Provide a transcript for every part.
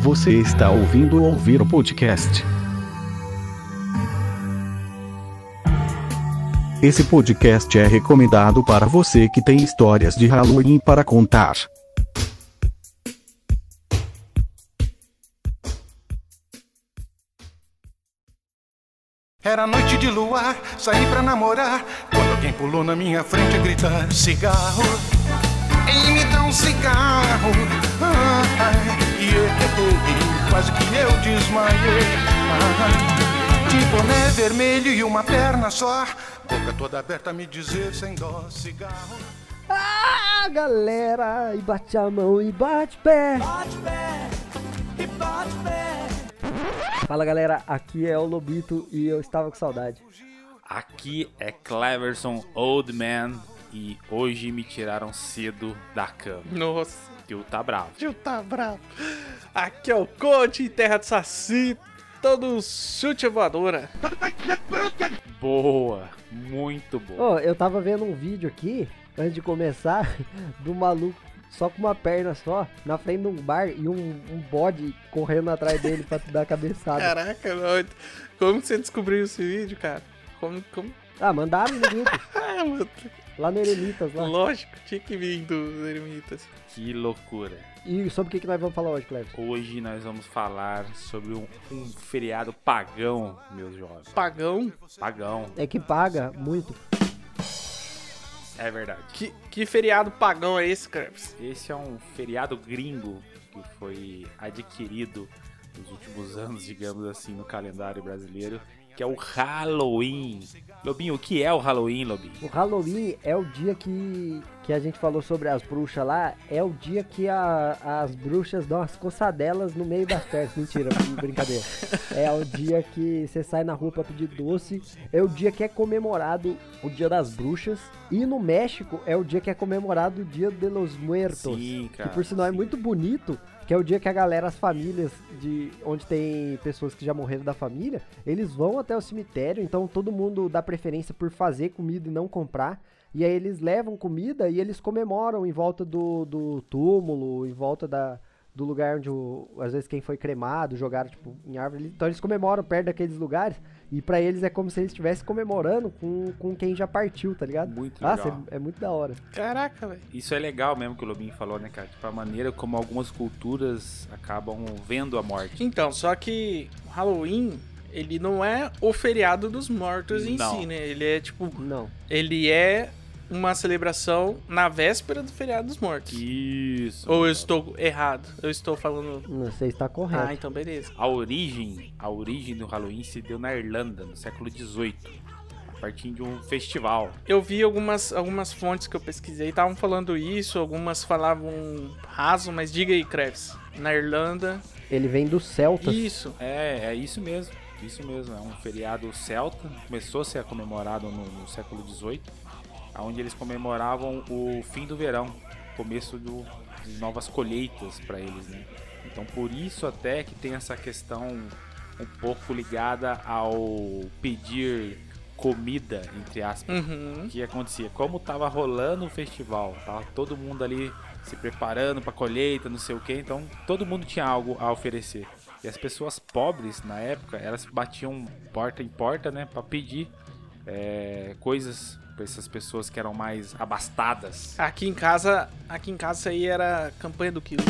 Você está ouvindo Ouvir o Podcast. Esse podcast é recomendado para você que tem histórias de Halloween para contar. Era noite de luar, saí pra namorar, quando alguém pulou na minha frente a gritar: cigarro, ele me dá um cigarro. Quase que eu desmaiei. De boné vermelho e uma perna só, boca toda aberta a me dizer sem dó: cigarro. Ah, galera, e bate a mão e bate pé. Bate pé, e bate pé. Fala, galera, aqui é o Lobito e eu estava com saudade. Aqui é Cleverson Oldman e hoje me tiraram cedo da cama. Nossa, Tio tá bravo. tio tá bravo. Aqui é o Conte, terra de Saci, todo chute voadora. Boa, muito boa. Ô, eu tava vendo um vídeo aqui, antes de começar, do maluco só com uma perna só, na frente de um bar e um bode correndo atrás dele pra dar a cabeçada. Caraca, mano. Como que você descobriu esse vídeo, cara? Como? Ah, mandaram no grupo, Ah, mano, lá no Eremitas, lá. lógico, tinha que vir dos eremitas. Que loucura. E sobre o que nós vamos falar hoje, Cleber? Hoje nós vamos falar sobre um feriado pagão, meus jovens. Pagão? Pagão, É que paga muito. é verdade. Que feriado pagão é esse, Krebs? Esse é um feriado gringo que foi adquirido nos últimos anos, digamos assim, no calendário brasileiro, que é o Halloween. Lobinho, o que é o Halloween, Lobinho? O Halloween é o dia que a gente falou sobre as bruxas lá, é o dia que as bruxas dão as coçadelas no meio das pernas. Mentira, brincadeira. É o dia que você sai na rua pra pedir doce, é o dia que é comemorado o Dia das Bruxas, e no México é o dia que é comemorado o Dia de los Muertos. Sim, cara. Que por sinal é muito bonito, que é o dia que a galera, as famílias de onde tem pessoas que já morreram da família, eles vão até o cemitério, então todo mundo dá preferência por fazer comida e não comprar. E aí eles levam comida e eles comemoram em volta do túmulo, em volta do lugar onde, às vezes, quem foi cremado, jogaram, tipo, em árvore. Então eles comemoram perto daqueles lugares e pra eles é como se eles estivessem comemorando com quem já partiu, tá ligado? Muito Nossa, legal. é muito da hora. Caraca, velho. Isso é legal mesmo que o Lobinho falou, né, cara? Tipo, a maneira como algumas culturas acabam vendo a morte. Então, só que o Halloween, ele não é o feriado dos mortos em Não. si, né? Ele é tipo, Não. ele é uma celebração na véspera do feriado dos mortos. Isso. Ou eu estou errado? Eu estou falando... Não sei se tá correto. Ah, então beleza. A origem do Halloween se deu na Irlanda, no século XVIII, a partir de um festival. Eu vi algumas fontes que eu pesquisei, estavam falando isso, algumas falavam raso, mas diga aí, Krebs. Na Irlanda... Ele vem dos celtas. Isso. É isso mesmo. Isso mesmo, é um feriado celta, começou a ser comemorado no século XVIII, onde eles comemoravam o fim do verão, começo de novas colheitas para eles, né? Então por isso até que tem essa questão um pouco ligada ao pedir comida, entre aspas. Uhum. O que acontecia? Como tava rolando o festival, tava todo mundo ali se preparando para colheita, não sei o que, então todo mundo tinha algo a oferecer. E as pessoas pobres na época, elas batiam porta em porta, né, para pedir coisas para essas pessoas que eram mais abastadas. Aqui em casa isso aí era campanha do quilo.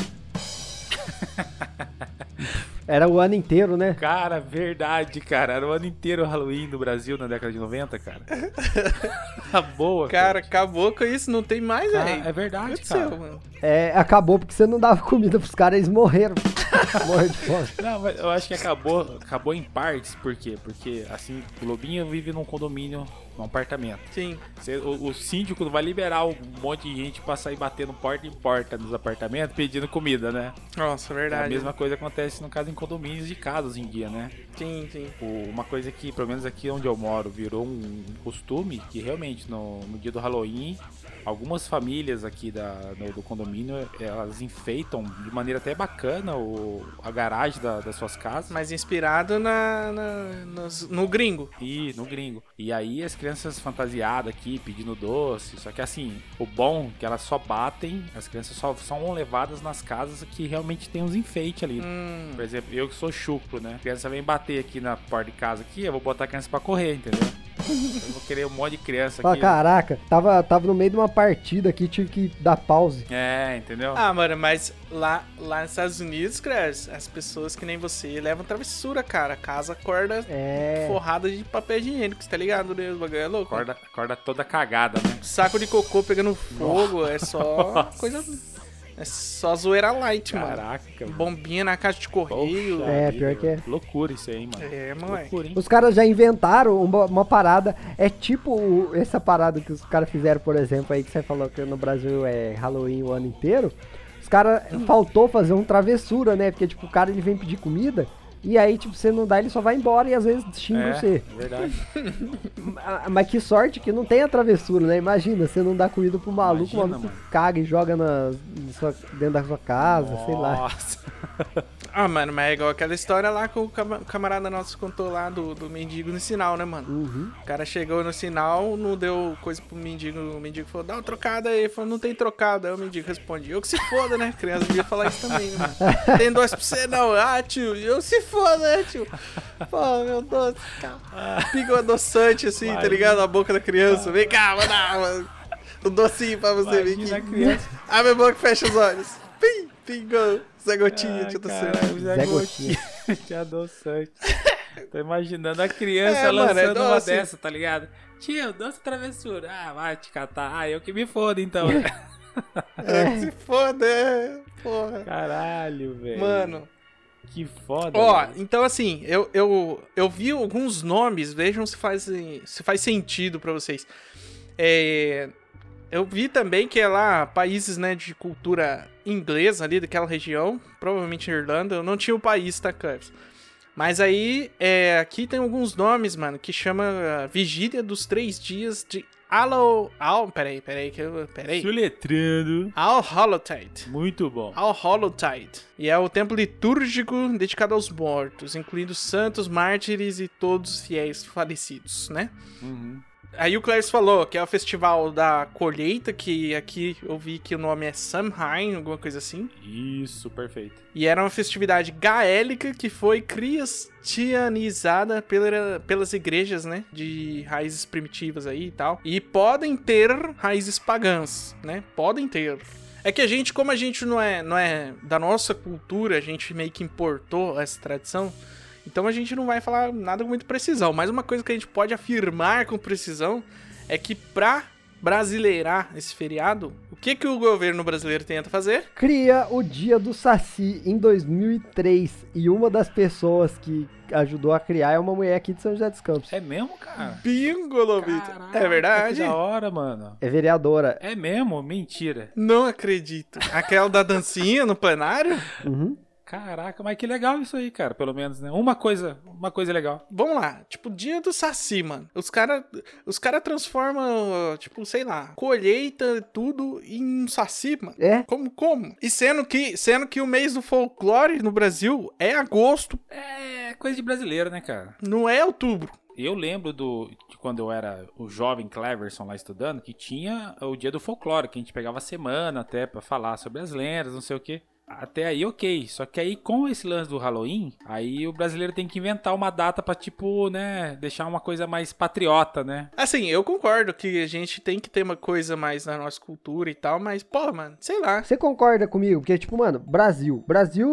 Era o ano inteiro, né? Cara, verdade, cara. Era o ano inteiro o Halloween no Brasil na década de 90, cara. Tá boa, Cara, acabou com isso, não tem mais, velho. É verdade, Aconteceu, cara. mano. É, acabou porque você não dava comida pros caras, eles morreram. Morreram de fome. Não, mas eu acho que acabou em partes, por quê? Porque, assim, o Lobinho vive num condomínio, num apartamento. Sim. O síndico não vai liberar um monte de gente pra sair batendo porta em porta nos apartamentos pedindo comida, né? Nossa, A verdade. mesma coisa acontece, no caso, em condomínios de casa hoje em dia, né? Sim. Uma coisa que, pelo menos aqui onde eu moro, virou um costume, que realmente no dia do Halloween, algumas famílias aqui do condomínio, elas enfeitam de maneira até bacana a garagem das suas casas. Mas inspirado no gringo. No gringo. E aí crianças fantasiadas aqui, pedindo doce. Só que assim, o bom é que elas só batem, as crianças só são levadas nas casas que realmente tem uns enfeites ali. Por exemplo, eu que sou chucro, né? A criança vem bater aqui na porta de casa aqui, eu vou botar a criança pra correr, entendeu? Eu vou querer um monte de criança Fala, aqui. caraca, tava no meio de uma partida aqui, tive que dar pause. É, entendeu? Ah, mano, mas lá nos Estados Unidos, Cres, as pessoas que nem você levam travessura, cara. Casa acorda forrada de papel higiênico, você tá ligado? Né? O bagulho é louco. Acorda toda cagada, né? Saco de cocô pegando fogo, é só coisa... É só zoeira light, mano. Caraca. Bombinha na caixa de correio. Poxa É, vida, pior que é. Loucura isso aí, mano. É, moleque. Loucura, hein? Os caras já inventaram uma parada, é tipo essa parada que os caras fizeram, por exemplo, aí que você falou que no Brasil é Halloween o ano inteiro. Os caras faltou fazer um travessura, né? Porque, tipo, o cara ele vem pedir comida e aí, tipo, você não dá, ele só vai embora e às vezes xinga você. Verdade. Mas que sorte que não tem a travessura, né? Imagina, você não dá comida pro maluco, Imagina, o maluco mano. caga e joga dentro da sua casa, sei lá. Nossa. Ah, mano, mas é igual aquela história lá que o camarada nosso contou lá do mendigo no sinal, né, mano? Uhum. O cara chegou no sinal, não deu coisa pro mendigo. O mendigo falou, dá uma trocada aí. Ele falou, não tem trocada. Aí o mendigo responde, eu que se foda, né? A criança devia falar isso também, né, mano? Tem dois pra você, não. Ah, tio, eu se foda, né, tio? Pô, meu doce, cara. Pica um adoçante assim, tá ligado? Na boca da criança. Vem cá, mano. Um docinho pra você, vem Imagina a aqui. criança. Abre a boca e fecha os olhos. Pim, pingou. Zé Gotinha, tio do céu. Zé Gotinha. Que adoçante. Tô imaginando a criança É, mano, é lançando uma doce. dessa, tá ligado? Tio, doce travessura. Ah, vai te catar. Ah, eu que me foda então. É que se foda, porra. Caralho, velho. Mano. Que foda. Ó, velho. então assim, eu vi alguns nomes, vejam se faz sentido pra vocês. Eu vi também que é lá países, né, de cultura inglesa ali, daquela região, provavelmente Irlanda, eu não tinha o país, tá, Cleves? Mas aí, aqui tem alguns nomes, mano, que chama Vigília dos 3 dias de Peraí. Soletrando. All Hallowtide. Muito bom. All Hallowtide. E é o templo litúrgico dedicado aos mortos, incluindo santos, mártires e todos os fiéis falecidos, né? Uhum. Aí o Clarice falou que é o festival da colheita, que aqui eu vi que o nome é Samhain, alguma coisa assim. Isso, perfeito. E era uma festividade gaélica que foi cristianizada pelas igrejas, né? De raízes primitivas aí e tal. E podem ter raízes pagãs, né? Podem ter. É que como a gente não é da nossa cultura, a gente meio que importou essa tradição. Então a gente não vai falar nada com muita precisão. Mas uma coisa que a gente pode afirmar com precisão é que pra brasileirar esse feriado, o que o governo brasileiro tenta fazer? Cria o Dia do Saci em 2003 e uma das pessoas que ajudou a criar é uma mulher aqui de São José dos Campos. É mesmo, cara? Bingo, Lobito. Caraca, É verdade? Que da hora, mano. É vereadora. É mesmo? Mentira. Não acredito. Aquela da dancinha no plenário? Uhum. Caraca, mas que legal isso aí, cara, pelo menos, né? Uma coisa legal. Vamos lá, tipo, dia do Saci, mano. Os cara transformam, tipo, sei lá, colheita, tudo em um Saci, mano. É? Como? E sendo que o mês do folclore no Brasil é agosto, É coisa de brasileiro, né, cara? não é outubro. Eu lembro de quando eu era o jovem Cleverson lá estudando, que tinha o dia do folclore, que a gente pegava a semana até pra falar sobre as lendas, não sei o quê. Até aí, ok. Só que aí, com esse lance do Halloween, aí o brasileiro tem que inventar uma data pra, tipo, né, deixar uma coisa mais patriota, né? Assim, eu concordo que a gente tem que ter uma coisa mais na nossa cultura e tal, mas, pô, mano, sei lá. Você concorda comigo? Porque, tipo, mano, Brasil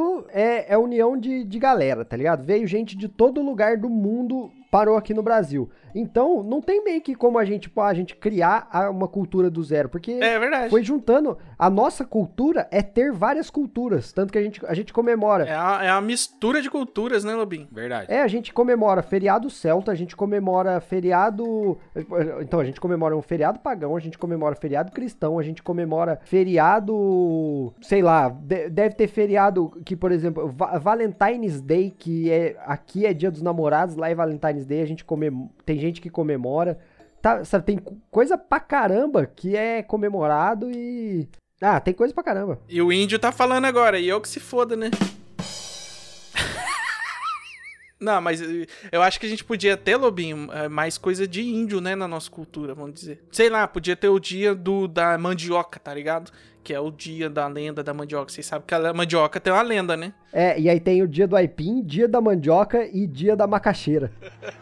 é união de galera, tá ligado? Veio gente de todo lugar do mundo, parou aqui no Brasil. Então, não tem meio que como a gente criar uma cultura do zero, porque É verdade. foi juntando. A nossa cultura é ter várias culturas, tanto que a gente comemora. É uma mistura de culturas, né, Lobinho? Verdade. A gente comemora feriado celta, a gente comemora feriado... Então, a gente comemora um feriado pagão, a gente comemora feriado cristão, a gente comemora feriado... Sei lá, deve ter feriado que, por exemplo, Valentine's Day, que aqui é dia dos namorados, lá é Valentine's Day, a gente tem gente que comemora. Tá, sabe, tem coisa pra caramba que é comemorado e... tem coisa pra caramba. E o índio tá falando agora, e eu que se foda, né? Não, mas eu acho que a gente podia ter, Lobinho, mais coisa de índio, né, na nossa cultura, vamos dizer. Sei lá, podia ter o dia da mandioca, tá ligado? Que é o dia da lenda da mandioca. Vocês sabem que a mandioca tem uma lenda, né? E aí tem o dia do aipim, dia da mandioca e dia da macaxeira.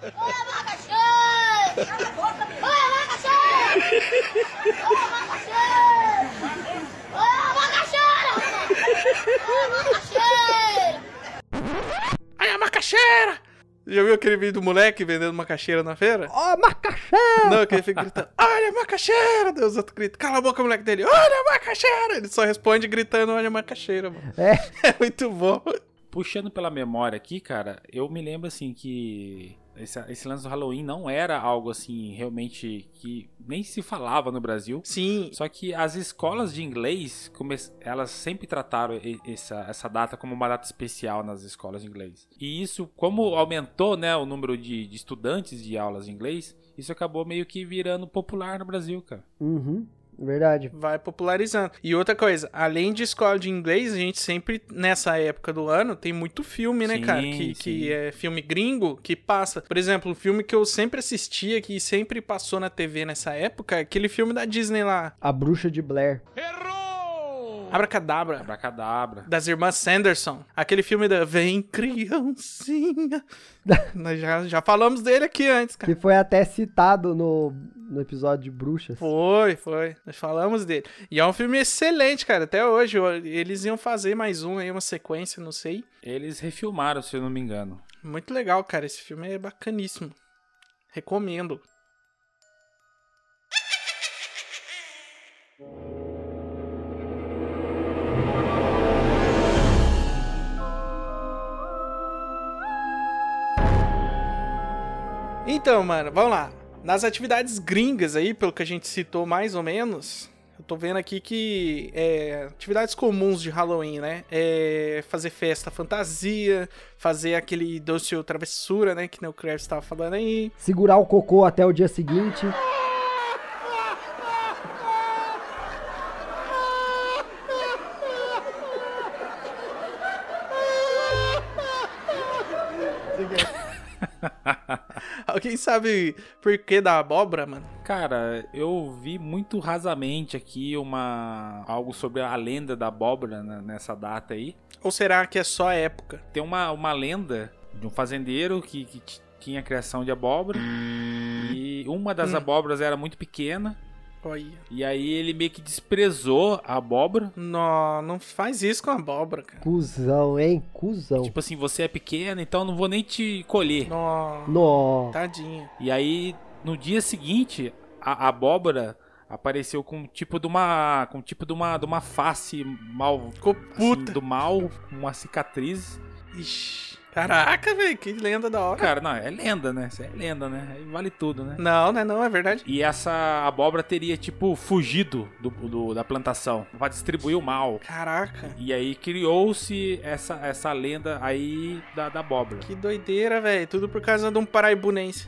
Ai, a macaxeira! Já viu aquele vídeo do moleque vendendo macaxeira na feira? Ó, macaxeira! Não, que ele fica gritando, olha a macaxeira! Deus, outro grita, cala a boca, moleque dele, olha a macaxeira! Ele só responde gritando, olha a macaxeira, mano. É muito bom. Puxando pela memória aqui, cara, eu me lembro assim que esse lance do Halloween não era algo assim realmente que nem se falava no Brasil. Sim. Só que as escolas de inglês, elas sempre trataram essa data como uma data especial nas escolas de inglês. E isso, como aumentou, né, o número de estudantes de aulas de inglês, isso acabou meio que virando popular no Brasil, cara. Uhum. Verdade. Vai popularizando. E outra coisa, além de escola de inglês, a gente sempre, nessa época do ano, tem muito filme, né, Sim, cara? sim. Que é filme gringo, que passa. Por exemplo, um filme que eu sempre assistia, que sempre passou na TV nessa época, é aquele filme da Disney lá. A Bruxa de Blair. Abracadabra. Abracadabra. Das irmãs Sanderson. Aquele filme da Vem Criancinha. Nós já falamos dele aqui antes, cara. Que foi até citado no episódio de Bruxas. Foi. Nós falamos dele. E é um filme excelente, cara. Até hoje. Eles iam fazer mais um aí, uma sequência, não sei. Eles refilmaram, se eu não me engano. Muito legal, cara. Esse filme é bacaníssimo. Recomendo. Então, mano, vamos lá. Nas atividades gringas aí, pelo que a gente citou mais ou menos, eu tô vendo aqui que atividades comuns de Halloween, né? É fazer festa fantasia, fazer aquele doce ou travessura, né? Que nem o Kravis tava falando aí. Segurar o cocô até o dia seguinte. Alguém sabe por que da abóbora, mano? Cara, eu vi muito rasamente aqui algo sobre a lenda da abóbora nessa data aí. Ou será que é só a época? Tem uma lenda de um fazendeiro que tinha criação de abóbora e uma das abóboras era muito pequena. Olha. E aí ele meio que desprezou a abóbora. Não faz isso com a abóbora, cara. Cusão, hein? Cusão. Tipo assim, você é pequena, então eu não vou nem te colher. Nó. Tadinha. E aí, no dia seguinte, a abóbora apareceu com tipo de uma face mal, Ficou puta. assim, do mal, uma cicatriz. Ixi. Caraca, velho, que lenda da hora. Cara, não, é lenda, né? Isso é lenda, né? Aí vale tudo, né? Não, é verdade. E essa abóbora teria, tipo, fugido da plantação pra distribuir o mal. Caraca. E aí criou-se essa lenda aí da abóbora. Que doideira, velho. Tudo por causa de um paraibunense.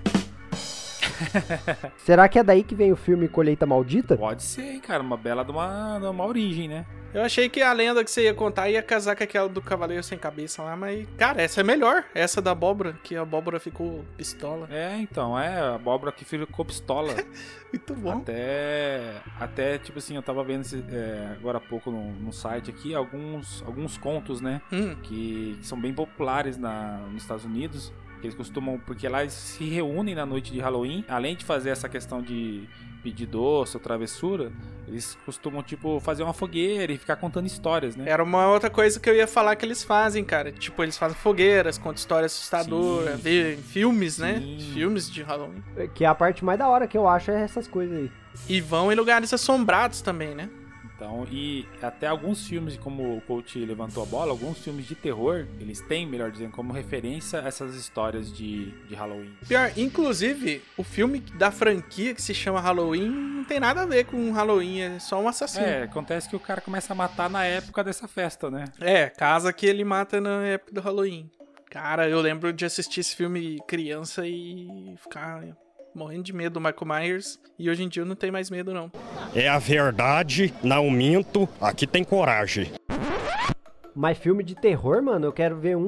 Será que é daí que vem o filme Colheita Maldita? Pode ser, hein, cara. Uma bela de uma origem, né? Eu achei que a lenda que você ia contar ia casar com aquela do Cavaleiro Sem Cabeça lá, mas, cara, essa é melhor. Essa da abóbora, que a abóbora ficou pistola. Então, a abóbora que ficou pistola. Muito bom. Até, tipo assim, eu tava vendo agora há pouco no site aqui alguns contos, né? Que são bem populares nos Estados Unidos. Que eles costumam, porque lá eles se reúnem na noite de Halloween, além de fazer essa questão de pedir doce ou travessura, eles costumam, tipo, fazer uma fogueira e ficar contando histórias, né? Era uma outra coisa que eu ia falar que eles fazem, cara. Tipo, eles fazem fogueiras, contam histórias assustadoras, vê filmes, né? Filmes de Halloween. Que é a parte mais da hora que eu acho é essas coisas aí. E vão em lugares assombrados também, né? Então, e até alguns filmes, como o coach levantou a bola, alguns filmes de terror, eles têm, melhor dizendo, como referência essas histórias de Halloween. Pior, inclusive, o filme da franquia que se chama Halloween não tem nada a ver com Halloween, é só um assassino. Acontece que o cara começa a matar na época dessa festa, né? Casa que ele mata na época do Halloween. Cara, eu lembro de assistir esse filme criança e ficar morrendo de medo do Michael Myers. E hoje em dia eu não tenho mais medo, não. É a verdade, não minto, aqui tem coragem. Mas filme de terror, mano, eu quero ver um.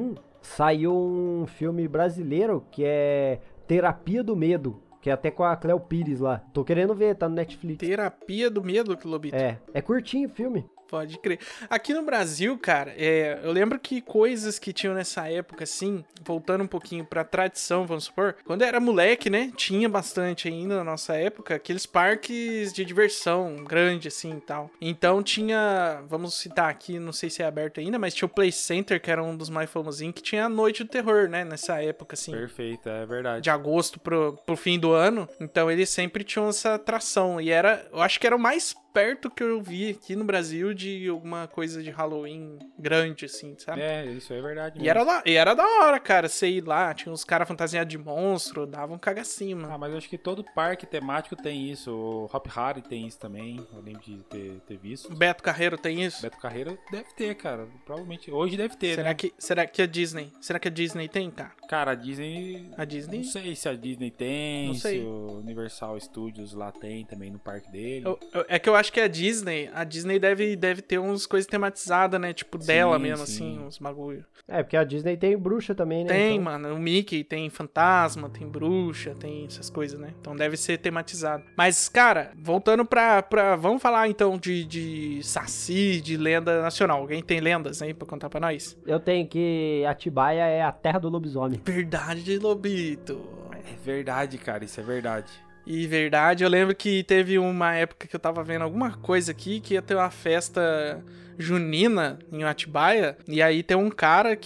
saiu um filme brasileiro que é Terapia do Medo, que é até com a Cleo Pires lá. Tô querendo ver, tá no Netflix. Terapia do Medo, Lobito. É curtinho o filme. Pode crer. Aqui no Brasil, cara, eu lembro que coisas que tinham nessa época, assim, voltando um pouquinho pra tradição, vamos supor, quando eu era moleque, né, tinha bastante ainda na nossa época, aqueles parques de diversão grande, assim, e tal. Então tinha, vamos citar aqui, não sei se é aberto ainda, mas tinha o Play Center, que era um dos mais famosinhos, que tinha a Noite do Terror, né, nessa época, assim. Perfeito, é verdade. De agosto pro fim do ano. Então eles sempre tinham essa atração. E eu acho que era o mais perto que eu vi aqui no Brasil de alguma coisa de Halloween grande, assim, sabe? É, isso é verdade mesmo. E era da hora, cara, você ir lá, tinha uns caras fantasiados de monstro, davam um cagacinho, mano. Ah, mas eu acho que todo parque temático tem isso. O Hop Harry tem isso também, eu lembro de ter visto. Beto Carreiro tem isso? Beto Carreiro deve ter, cara. Provavelmente. Hoje deve ter, será né? Será que a Disney? Será que a Disney tem, cara? Cara, a Disney... A Disney? Não sei se a Disney tem, Não sei. se o Universal Studios lá tem também no parque dele. É que eu acho que a Disney deve ter umas coisas tematizadas, né? Tipo, Sim, dela mesmo, sim. assim, uns bagulho. É, porque a Disney tem bruxa também, né? Tem, então... mano. O Mickey tem fantasma, tem bruxa, tem essas coisas, né? Então deve ser tematizado. Mas, cara, voltando pra vamos falar então de Saci, de lenda nacional. Alguém tem lendas aí pra contar pra nós? Eu tenho que Atibaia é a terra do lobisomem. Verdade, Lobito. É verdade, cara, isso é verdade. E verdade, eu lembro que teve uma época que eu tava vendo alguma coisa aqui que ia ter uma festa junina em Atibaia, e aí tem um cara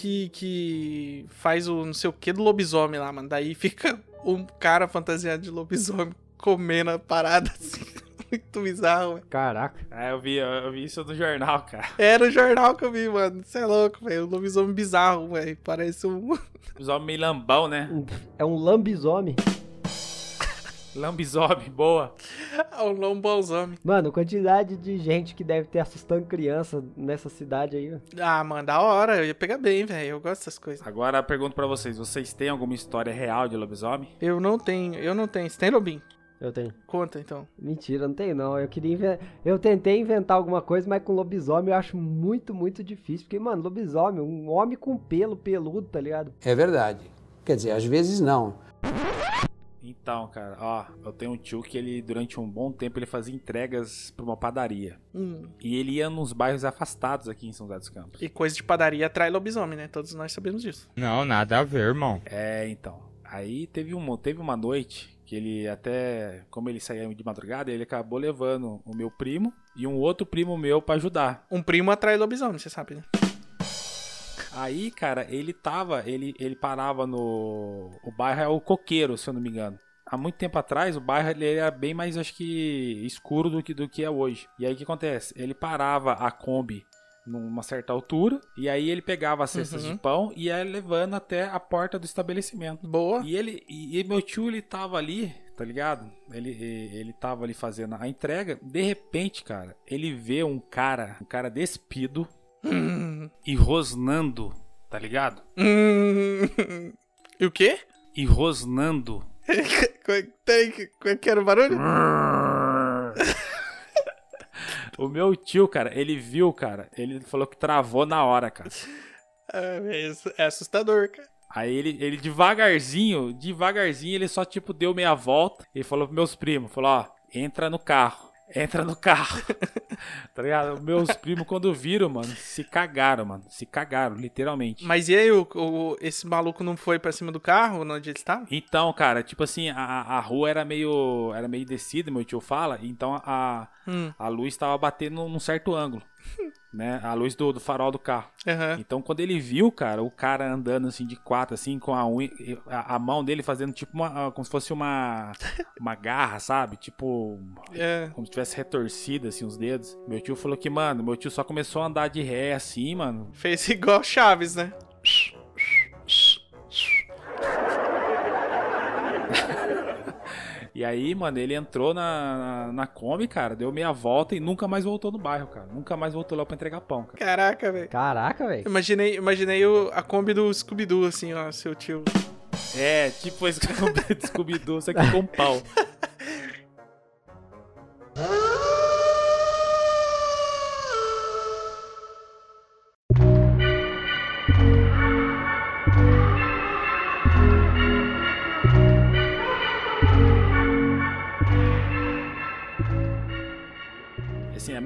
que faz o não sei o que do lobisomem lá, mano. Daí fica um cara fantasiado de lobisomem comendo a parada assim. Muito bizarro, velho. Caraca. É, eu vi isso no jornal, cara. Era o jornal que eu vi, mano. Você é louco, velho. Um lobisomem bizarro, velho. Parece um... Lobisomem meio lambão, né? É um lambisomem. Lambisomem, boa. um lobisomem. Mano, quantidade de gente que deve ter assustando criança nessa cidade aí, ó. Ah, mano, da hora. Eu ia pegar bem, velho. Eu gosto dessas coisas. Agora eu pergunto pra vocês têm alguma história real de lobisomem? Eu não tenho. Você tem, Lobinho? Eu tenho. Conta, então. Mentira, não tenho não. Eu tentei inventar alguma coisa, mas com lobisomem eu acho muito, muito difícil. Porque, mano, lobisomem, um homem com pelo peludo, tá ligado? É verdade. Quer dizer, às vezes não. Então, cara, ó, eu tenho um tio que ele, durante um bom tempo, ele fazia entregas pra uma padaria. E ele ia nos bairros afastados aqui em São José dos Campos. E coisa de padaria atrai lobisomem, né? Todos nós sabemos disso. Não, nada a ver, irmão. É, então. Aí teve uma noite que ele até, como ele saía de madrugada, ele acabou levando o meu primo e um outro primo meu pra ajudar. Um primo atrai lobisomem, você sabe, né? Aí, cara, ele parava no... O bairro é o Coqueiro, se eu não me engano. Há muito tempo atrás, o bairro ele era bem mais, acho que, escuro do que é hoje. E aí, o que acontece? Ele parava a Kombi numa certa altura, e aí ele pegava as cestas de pão e ia levando até a porta do estabelecimento. Boa. E meu tio, ele tava ali, tá ligado? Ele tava ali fazendo a entrega. De repente, cara, ele vê um cara despido e rosnando, tá ligado? E o quê? E rosnando. Como é que era o barulho? O meu tio, cara, ele viu, cara, ele falou que travou na hora, cara. É assustador, cara. Aí ele devagarzinho, ele só tipo deu meia volta e falou pros meus primos, falou, ó, entra no carro. Tá ligado? Meus primos, quando viram, mano, se cagaram, literalmente. Mas e aí, esse maluco não foi pra cima do carro onde ele estava? Então, cara, tipo assim, a rua era meio descida, meu tio fala, então a luz tava batendo num certo ângulo, né? A luz do farol do carro. Então, quando ele viu, cara, o cara andando assim de quatro, assim, com a mão dele fazendo tipo como se fosse uma garra, sabe? Tipo, como se tivesse retorcido assim os dedos. Meu tio falou que, mano, meu tio só começou a andar de ré assim, mano. Fez igual Chaves, né? E aí, mano, ele entrou na Kombi, cara, deu meia volta e nunca mais voltou no bairro, cara. Nunca mais voltou lá pra entregar pão, cara. Caraca, velho. Imaginei a Kombi do Scooby-Doo, assim, ó, seu tio. É, tipo esse Kombi do Scooby-Doo, só que com pau.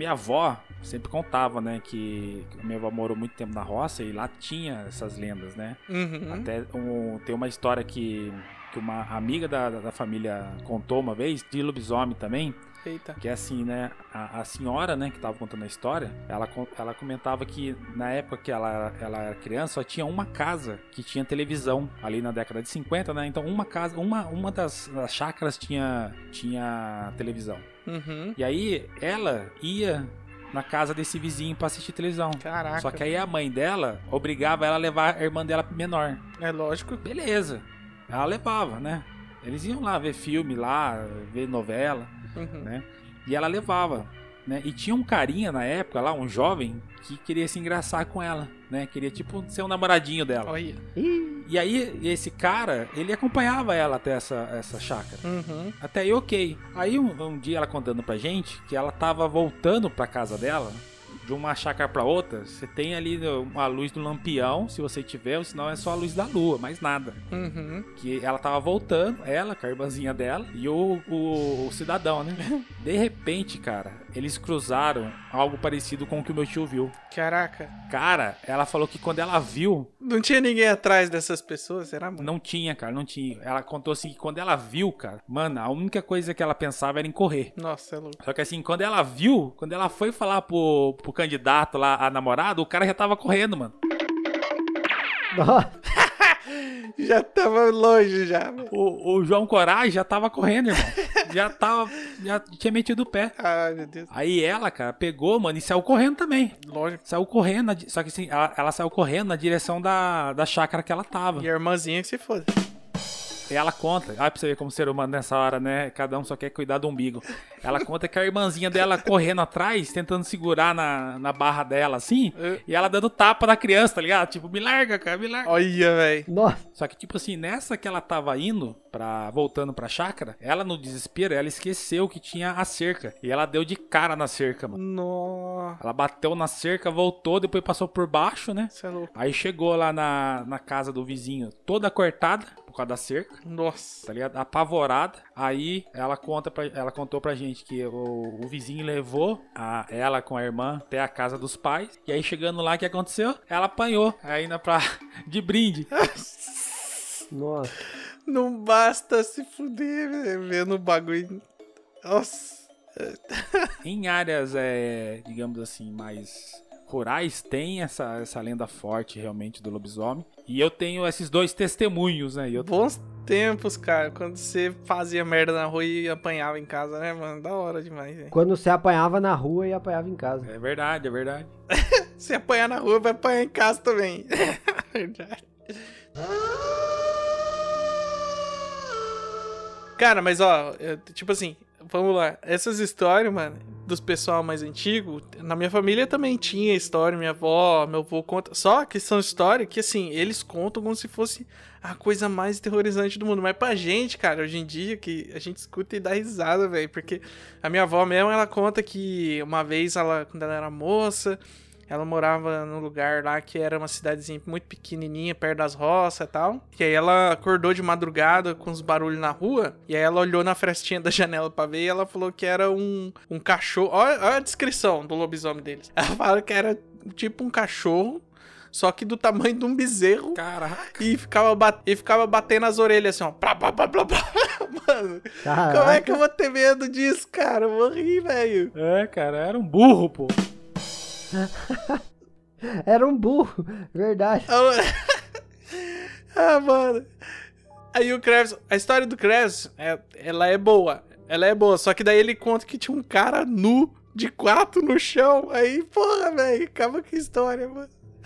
minha avó sempre contava, né, que a minha avó morou muito tempo na roça e lá tinha essas lendas, né? Uhum. Até tem uma história que uma amiga da família contou uma vez, de lobisomem também, Eita. que é assim, né, a senhora, né, que tava contando a história, ela comentava que na época que ela era criança, só tinha uma casa que tinha televisão, ali na década de 50, né, então uma casa, uma das chácaras tinha televisão. Uhum. E aí ela ia na casa desse vizinho pra assistir televisão. Caraca. Só que aí a mãe dela obrigava ela a levar a irmã dela menor. É lógico. Beleza. Ela levava, né? Eles iam lá ver filme lá, ver novela, Uhum. né? E ela levava, né? E tinha um carinha na época lá, um jovem, que queria se engraçar com ela, né? Queria tipo ser um namoradinho dela. Olha. E aí esse cara, ele acompanhava ela até essa chácara. Uhum. Até aí ok. Aí um dia ela contando pra gente que ela tava voltando pra casa dela, de uma chácara pra outra, você tem ali a luz do lampião, se você tiver, ou senão é só a luz da lua, mais nada. Uhum. Que ela tava voltando, ela com a irmãzinha dela e o cidadão, né? De repente, cara, eles cruzaram algo parecido com o que o meu tio viu. Caraca. Cara, ela falou que quando ela viu, Não tinha ninguém atrás dessas pessoas, será, mano? não tinha, cara, não tinha. Ela contou assim que quando ela viu, cara, mano, a única coisa que ela pensava era em correr. Nossa, é louco. Só que assim, quando ela viu, quando ela foi falar pro candidato lá, a namorada, o cara já tava correndo, mano. Nossa. Já tava longe já, velho. O João Coragem já tava correndo, irmão. Já tinha metido o pé. Ai, meu Deus. Aí ela, cara, pegou, mano, e saiu correndo também. Lógico. Saiu correndo, só que assim, ela saiu correndo na direção da chácara que ela tava. E a irmãzinha que se foda. E ela conta, pra você ver como ser humano nessa hora, né? Cada um só quer cuidar do umbigo. Ela conta que a irmãzinha dela correndo atrás, tentando segurar na barra dela, assim, e ela dando tapa na criança, tá ligado? Tipo, me larga, cara, me larga. Olha, velho. Nossa. Só que, tipo assim, nessa que ela tava indo, voltando pra chácara, ela no desespero, ela esqueceu que tinha a cerca. E ela deu de cara na cerca, mano. Nossa. Ela bateu na cerca, voltou, depois passou por baixo, né? Isso é louco. Aí chegou lá na casa do vizinho, toda cortada, por causa da cerca. Nossa. Tá ligado? Apavorada. Aí ela contou pra gente que o vizinho levou ela com a irmã até a casa dos pais. E aí chegando lá, o que aconteceu? Ela apanhou ainda de brinde. Nossa. Não basta se fuder, velho, vendo o bagulho. Nossa. Em áreas, digamos assim, mais rurais, tem essa lenda forte realmente do lobisomem. E eu tenho esses dois testemunhos, né? Bons tempos, cara, quando você fazia merda na rua e apanhava em casa, né, mano? Da hora demais, velho. Quando você apanhava na rua e apanhava em casa. É verdade, é verdade. Se apanhar na rua, vai apanhar em casa também. Verdade. Cara, mas ó, tipo assim, vamos lá. Essas histórias, mano, dos pessoal mais antigo, na minha família também tinha história, minha avó, meu avô conta. Só que são histórias que, assim, eles contam como se fosse a coisa mais terrorizante do mundo. Mas pra gente, cara, hoje em dia, que a gente escuta e dá risada, velho. Porque a minha avó mesmo, ela conta que uma vez, quando ela era moça, ela morava num lugar lá que era uma cidadezinha muito pequenininha, perto das roças e tal. E aí ela acordou de madrugada com uns barulhos na rua. E aí ela olhou na frestinha da janela pra ver e ela falou que era um cachorro. Olha a descrição do lobisomem deles. Ela fala que era tipo um cachorro, só que do tamanho de um bezerro. Caraca. E ficava batendo as orelhas assim, ó. Plá, plá, plá, plá, plá. Mano, Caraca. como é que eu vou ter medo disso, cara? Eu morri, velho. É, cara, era um burro, pô. Era um burro, verdade. Ah, mano. Aí o Krebs, a história do Krebs, ela é boa. Ela é boa, só que daí ele conta que tinha um cara nu, de 4 no chão. Aí, porra, velho, acaba com a história, mano.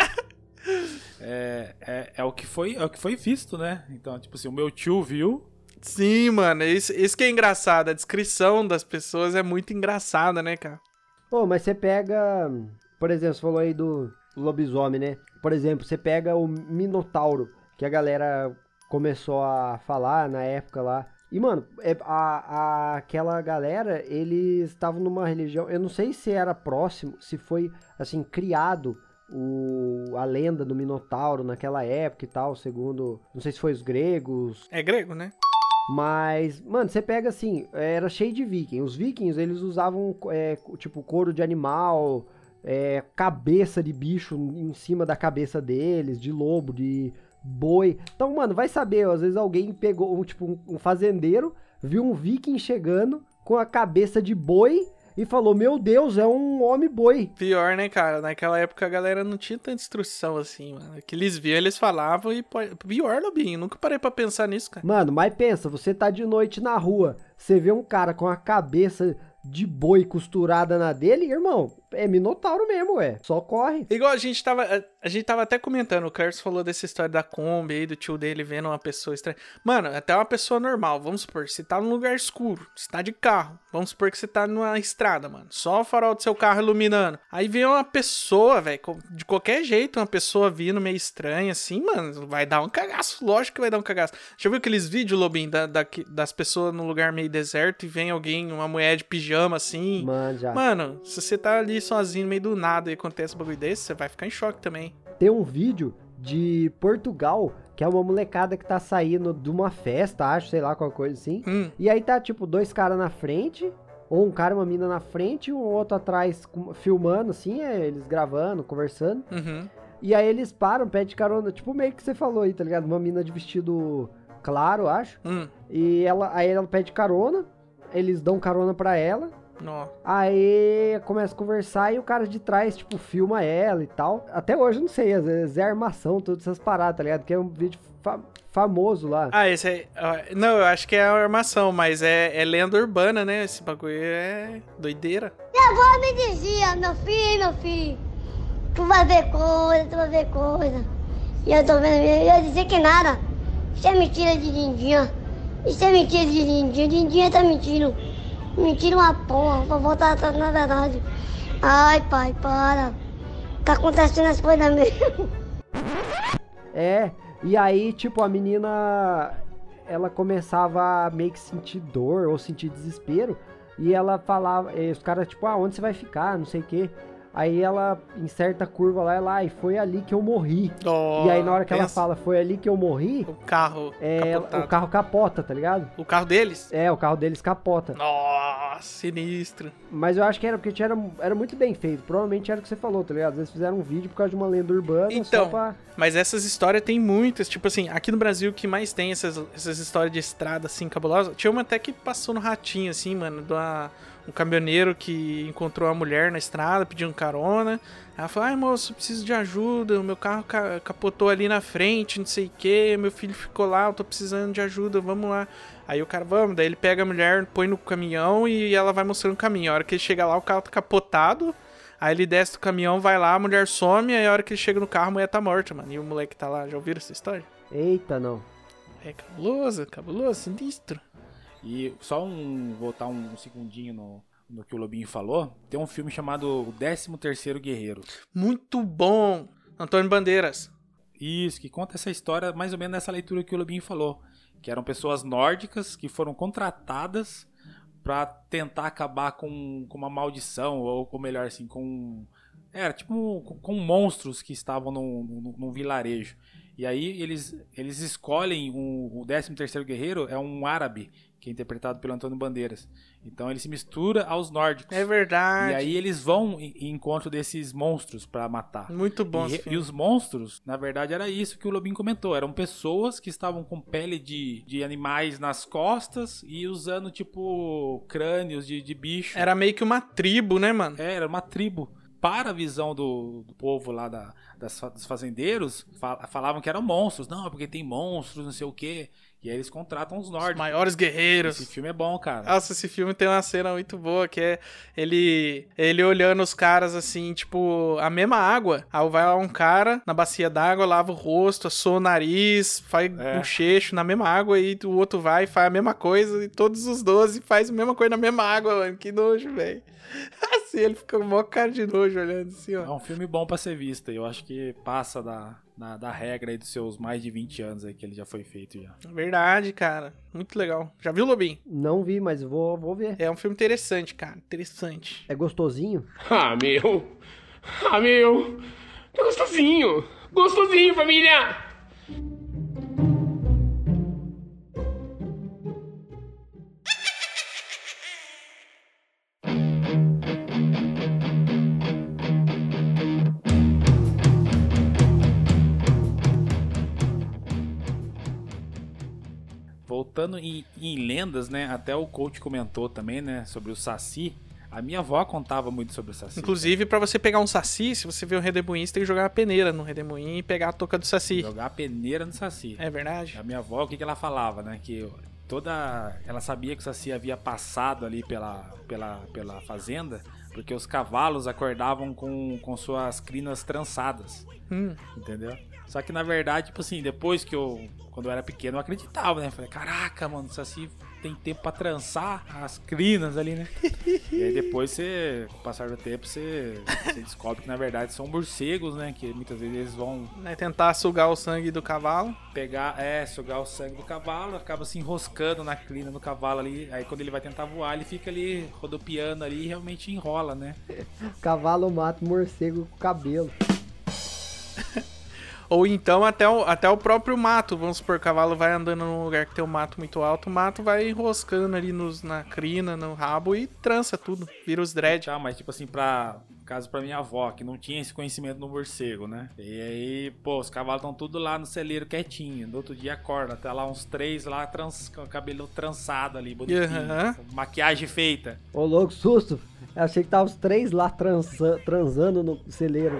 É o que foi visto, né? Então, tipo assim, o meu tio viu. Sim, mano, isso que é engraçado. A descrição das pessoas é muito engraçada, né, cara? Pô, mas você pega, por exemplo, você falou aí do lobisomem, né? Por exemplo, você pega o Minotauro, que a galera começou a falar na época lá. E, mano, aquela galera, eles estavam numa religião, eu não sei se era próximo, se foi, assim, criado a lenda do Minotauro naquela época e tal, segundo, não sei se foi os gregos. É grego, né? Mas, mano, você pega assim, era cheio de vikings. Os vikings, eles usavam, tipo, couro de animal, cabeça de bicho em cima da cabeça deles, de lobo, de boi. Então, mano, vai saber, às vezes alguém pegou, tipo, um fazendeiro, viu um viking chegando com a cabeça de boi e falou, meu Deus, é um homem boi. Pior, né, cara? Naquela época a galera não tinha tanta instrução assim, mano. O que eles viam, eles falavam e... Pior, Lobinho, nunca parei pra pensar nisso, cara. Mano, mas pensa, você tá de noite na rua, você vê um cara com a cabeça de boi costurada na dele, irmão, é minotauro mesmo, só corre. Igual a gente tava até comentando, o Carlos falou dessa história da Kombi aí, do tio dele vendo uma pessoa estranha. Mano, até uma pessoa normal, vamos supor, você tá num lugar escuro, você tá de carro, vamos supor que você tá numa estrada, mano, só o farol do seu carro iluminando. Aí vem uma pessoa, velho, de qualquer jeito, uma pessoa vindo meio estranha assim, mano, vai dar um cagaço, lógico que vai dar um cagaço. Já viu aqueles vídeos, Lobinho, das pessoas num lugar meio deserto e vem alguém, uma mulher de pijama assim? Mano, já. Mano, se você tá ali sozinho no meio do nada e acontece um bagulho desse, você vai ficar em choque também. Tem um vídeo de Portugal, que é uma molecada que tá saindo de uma festa, acho, sei lá, qualquer coisa assim. E aí tá, tipo, 2 caras na frente, ou um cara e uma mina na frente, e um outro atrás filmando, assim, eles gravando, conversando. E aí eles param, pedem carona, tipo meio que você falou aí, tá ligado? Uma mina de vestido claro, acho. E aí ela pede carona, eles dão carona pra ela. Nossa. Aí começa a conversar e o cara de trás, tipo, filma ela e tal. Até hoje eu não sei, às vezes é armação, todas essas paradas, tá ligado? Que é um vídeo famoso lá. Ah, esse aí... Não, eu acho que é armação, mas é lenda urbana, né? Esse bagulho é doideira. Minha avó me dizia, meu filho, tu vai ver coisa. E eu tô vendo, eu dizia que nada. Isso é mentira de Dindinha. Dindinha tá mentindo. Mentira uma porra, vovó tá na verdade. Ai, pai, para. Tá acontecendo as coisas mesmo. E aí, tipo, a menina, ela começava a meio que sentir dor ou sentir desespero. E ela falava, os caras, tipo, onde você vai ficar, não sei o quê. Aí ela, em certa curva lá, e foi ali que eu morri. E aí na hora que ela fala, foi ali que eu morri... O carro capotado. O carro capota, tá ligado? O carro deles? O carro deles capota. Nossa, sinistro. Mas eu acho que era porque era muito bem feito. Provavelmente era o que você falou, tá ligado? Às vezes fizeram um vídeo por causa de uma lenda urbana então, só pra... Mas essas histórias tem muitas. Tipo assim, aqui no Brasil o que mais tem essas histórias de estrada, assim, cabulosas. Tinha uma até que passou no Ratinho, assim, mano, um caminhoneiro que encontrou uma mulher na estrada, pedindo carona. Ela falou, ai moço, preciso de ajuda, o meu carro capotou ali na frente, não sei o que, meu filho ficou lá, eu tô precisando de ajuda, vamos lá. Aí o cara, vamos, daí ele pega a mulher, põe no caminhão e ela vai mostrando o caminho. A hora que ele chega lá, o carro tá capotado, aí ele desce do caminhão, vai lá, a mulher some, aí a hora que ele chega no carro, a mulher tá morta, mano. E o moleque tá lá, já ouviram essa história? Eita, não. É cabuloso, sinistro. E só voltar um segundinho no que o Lobinho falou, tem um filme chamado O 13º Guerreiro. Muito bom! Antônio Bandeiras. Isso, que conta essa história mais ou menos nessa leitura que o Lobinho falou. Que eram pessoas nórdicas que foram contratadas para tentar acabar com uma maldição, ou melhor assim, com monstros que estavam num vilarejo. E aí eles escolhem o 13º Guerreiro, é um árabe, que é interpretado pelo Antônio Bandeiras. Então ele se mistura aos nórdicos. É verdade. E aí eles vão em encontro desses monstros pra matar. Muito bom esse E filme. os monstros, na verdade, era isso que o Lobinho comentou. Eram pessoas que estavam com pele de animais nas costas e usando, tipo, crânios de bicho. Era meio que uma tribo, né, mano? Era uma tribo. Para a visão do povo lá dos fazendeiros, falavam que eram monstros. Não, porque tem monstros, não sei o quê. E aí eles contratam os nórdicos. Os maiores guerreiros. Esse filme é bom, cara. Nossa, esse filme tem uma cena muito boa, que é ele olhando os caras assim, tipo, a mesma água. Aí vai lá um cara na bacia d'água, lava o rosto, assou o nariz, faz bochecho na mesma água, e o outro vai e faz a mesma coisa, e todos os 12 faz a mesma coisa na mesma água, mano. Que nojo, velho. Assim, ele fica com uma cara de nojo olhando assim, ó. É um filme bom pra ser visto. Eu acho que passa da regra aí dos seus mais de 20 anos aí que ele já foi feito já. Verdade, cara. Muito legal. Já viu, Lobinho? Não vi, mas vou ver. É um filme interessante, cara. Interessante. É gostosinho? Meu. Tá gostosinho. Gostosinho, família. voltando em lendas, né? Até o coach comentou também, né? Sobre o Saci. A minha avó contava muito sobre o Saci. Inclusive, pra você pegar um Saci, se você ver um redemoinho, você tem que jogar a peneira no redemoinho e pegar a touca do Saci. Jogar a peneira no Saci. É verdade? A minha avó, o que ela falava, né? Que ela sabia que o Saci havia passado ali pela fazenda, porque os cavalos acordavam com suas crinas trançadas. Entendeu? Só que na verdade, tipo assim, depois quando eu era pequeno, eu acreditava, né? Falei, caraca, mano, o Saci tem tempo pra trançar as crinas ali, né? E aí depois com o passar do tempo, você descobre que na verdade são morcegos, né? Que muitas vezes eles vão Tentar sugar o sangue do cavalo. sugar o sangue do cavalo, acaba se enroscando na crina do cavalo ali. Aí quando ele vai tentar voar, ele fica ali rodopiando ali e realmente enrola, né? Cavalo mata o morcego com cabelo. Ou então até o próprio mato. Vamos supor, o cavalo vai andando num lugar que tem um mato muito alto, o mato vai enroscando ali na crina, no rabo e trança tudo. Vira os dread. Mas tipo assim, caso pra minha avó, que não tinha esse conhecimento no morcego, né? E aí, pô, os cavalos estão tudo lá no celeiro quietinho. No outro dia acorda, tá lá uns 3 lá com o cabelo trançado ali, bonitinho. Com maquiagem feita. Ô, louco, susto. Eu achei que tava os 3 lá transando no celeiro.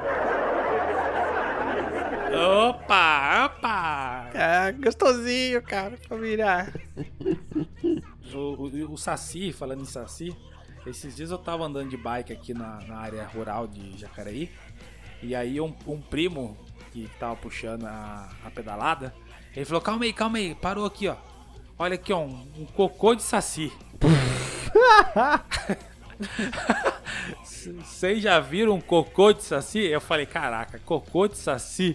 Opa! Ah, gostosinho, cara, pra virar. O Saci, falando em Saci, esses dias eu tava andando de bike aqui na área rural de Jacareí. E aí um primo que tava puxando a pedalada, ele falou, calma aí, parou aqui, ó. Olha aqui, ó, um cocô de Saci. Vocês já viram um cocô de Saci? Eu falei, caraca, cocô de Saci?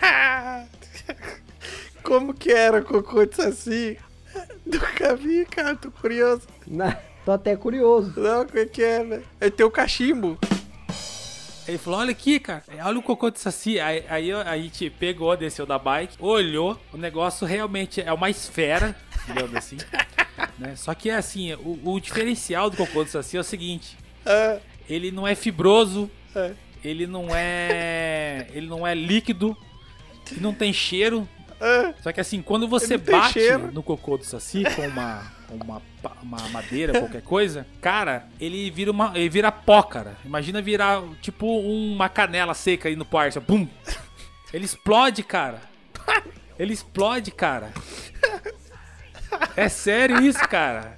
Como que era o cocô de Saci? Nunca vi, cara, tô curioso. Tô até curioso. Não, como é que é, velho? Aí tem o cachimbo. Ele falou, olha aqui, cara, olha o cocô de Saci. Aí a gente pegou, desceu da bike, olhou, o negócio realmente é uma esfera, digamos assim, né? Só que assim, o diferencial do cocô de Saci é o seguinte, ele não é fibroso, ele não é líquido, ele não tem cheiro. Só que assim, quando você bate no cocô do Saci com uma madeira, qualquer coisa, cara, ele vira pó, cara. Imagina virar tipo uma canela seca aí no parça, bum! Ele explode, cara. É sério isso, cara.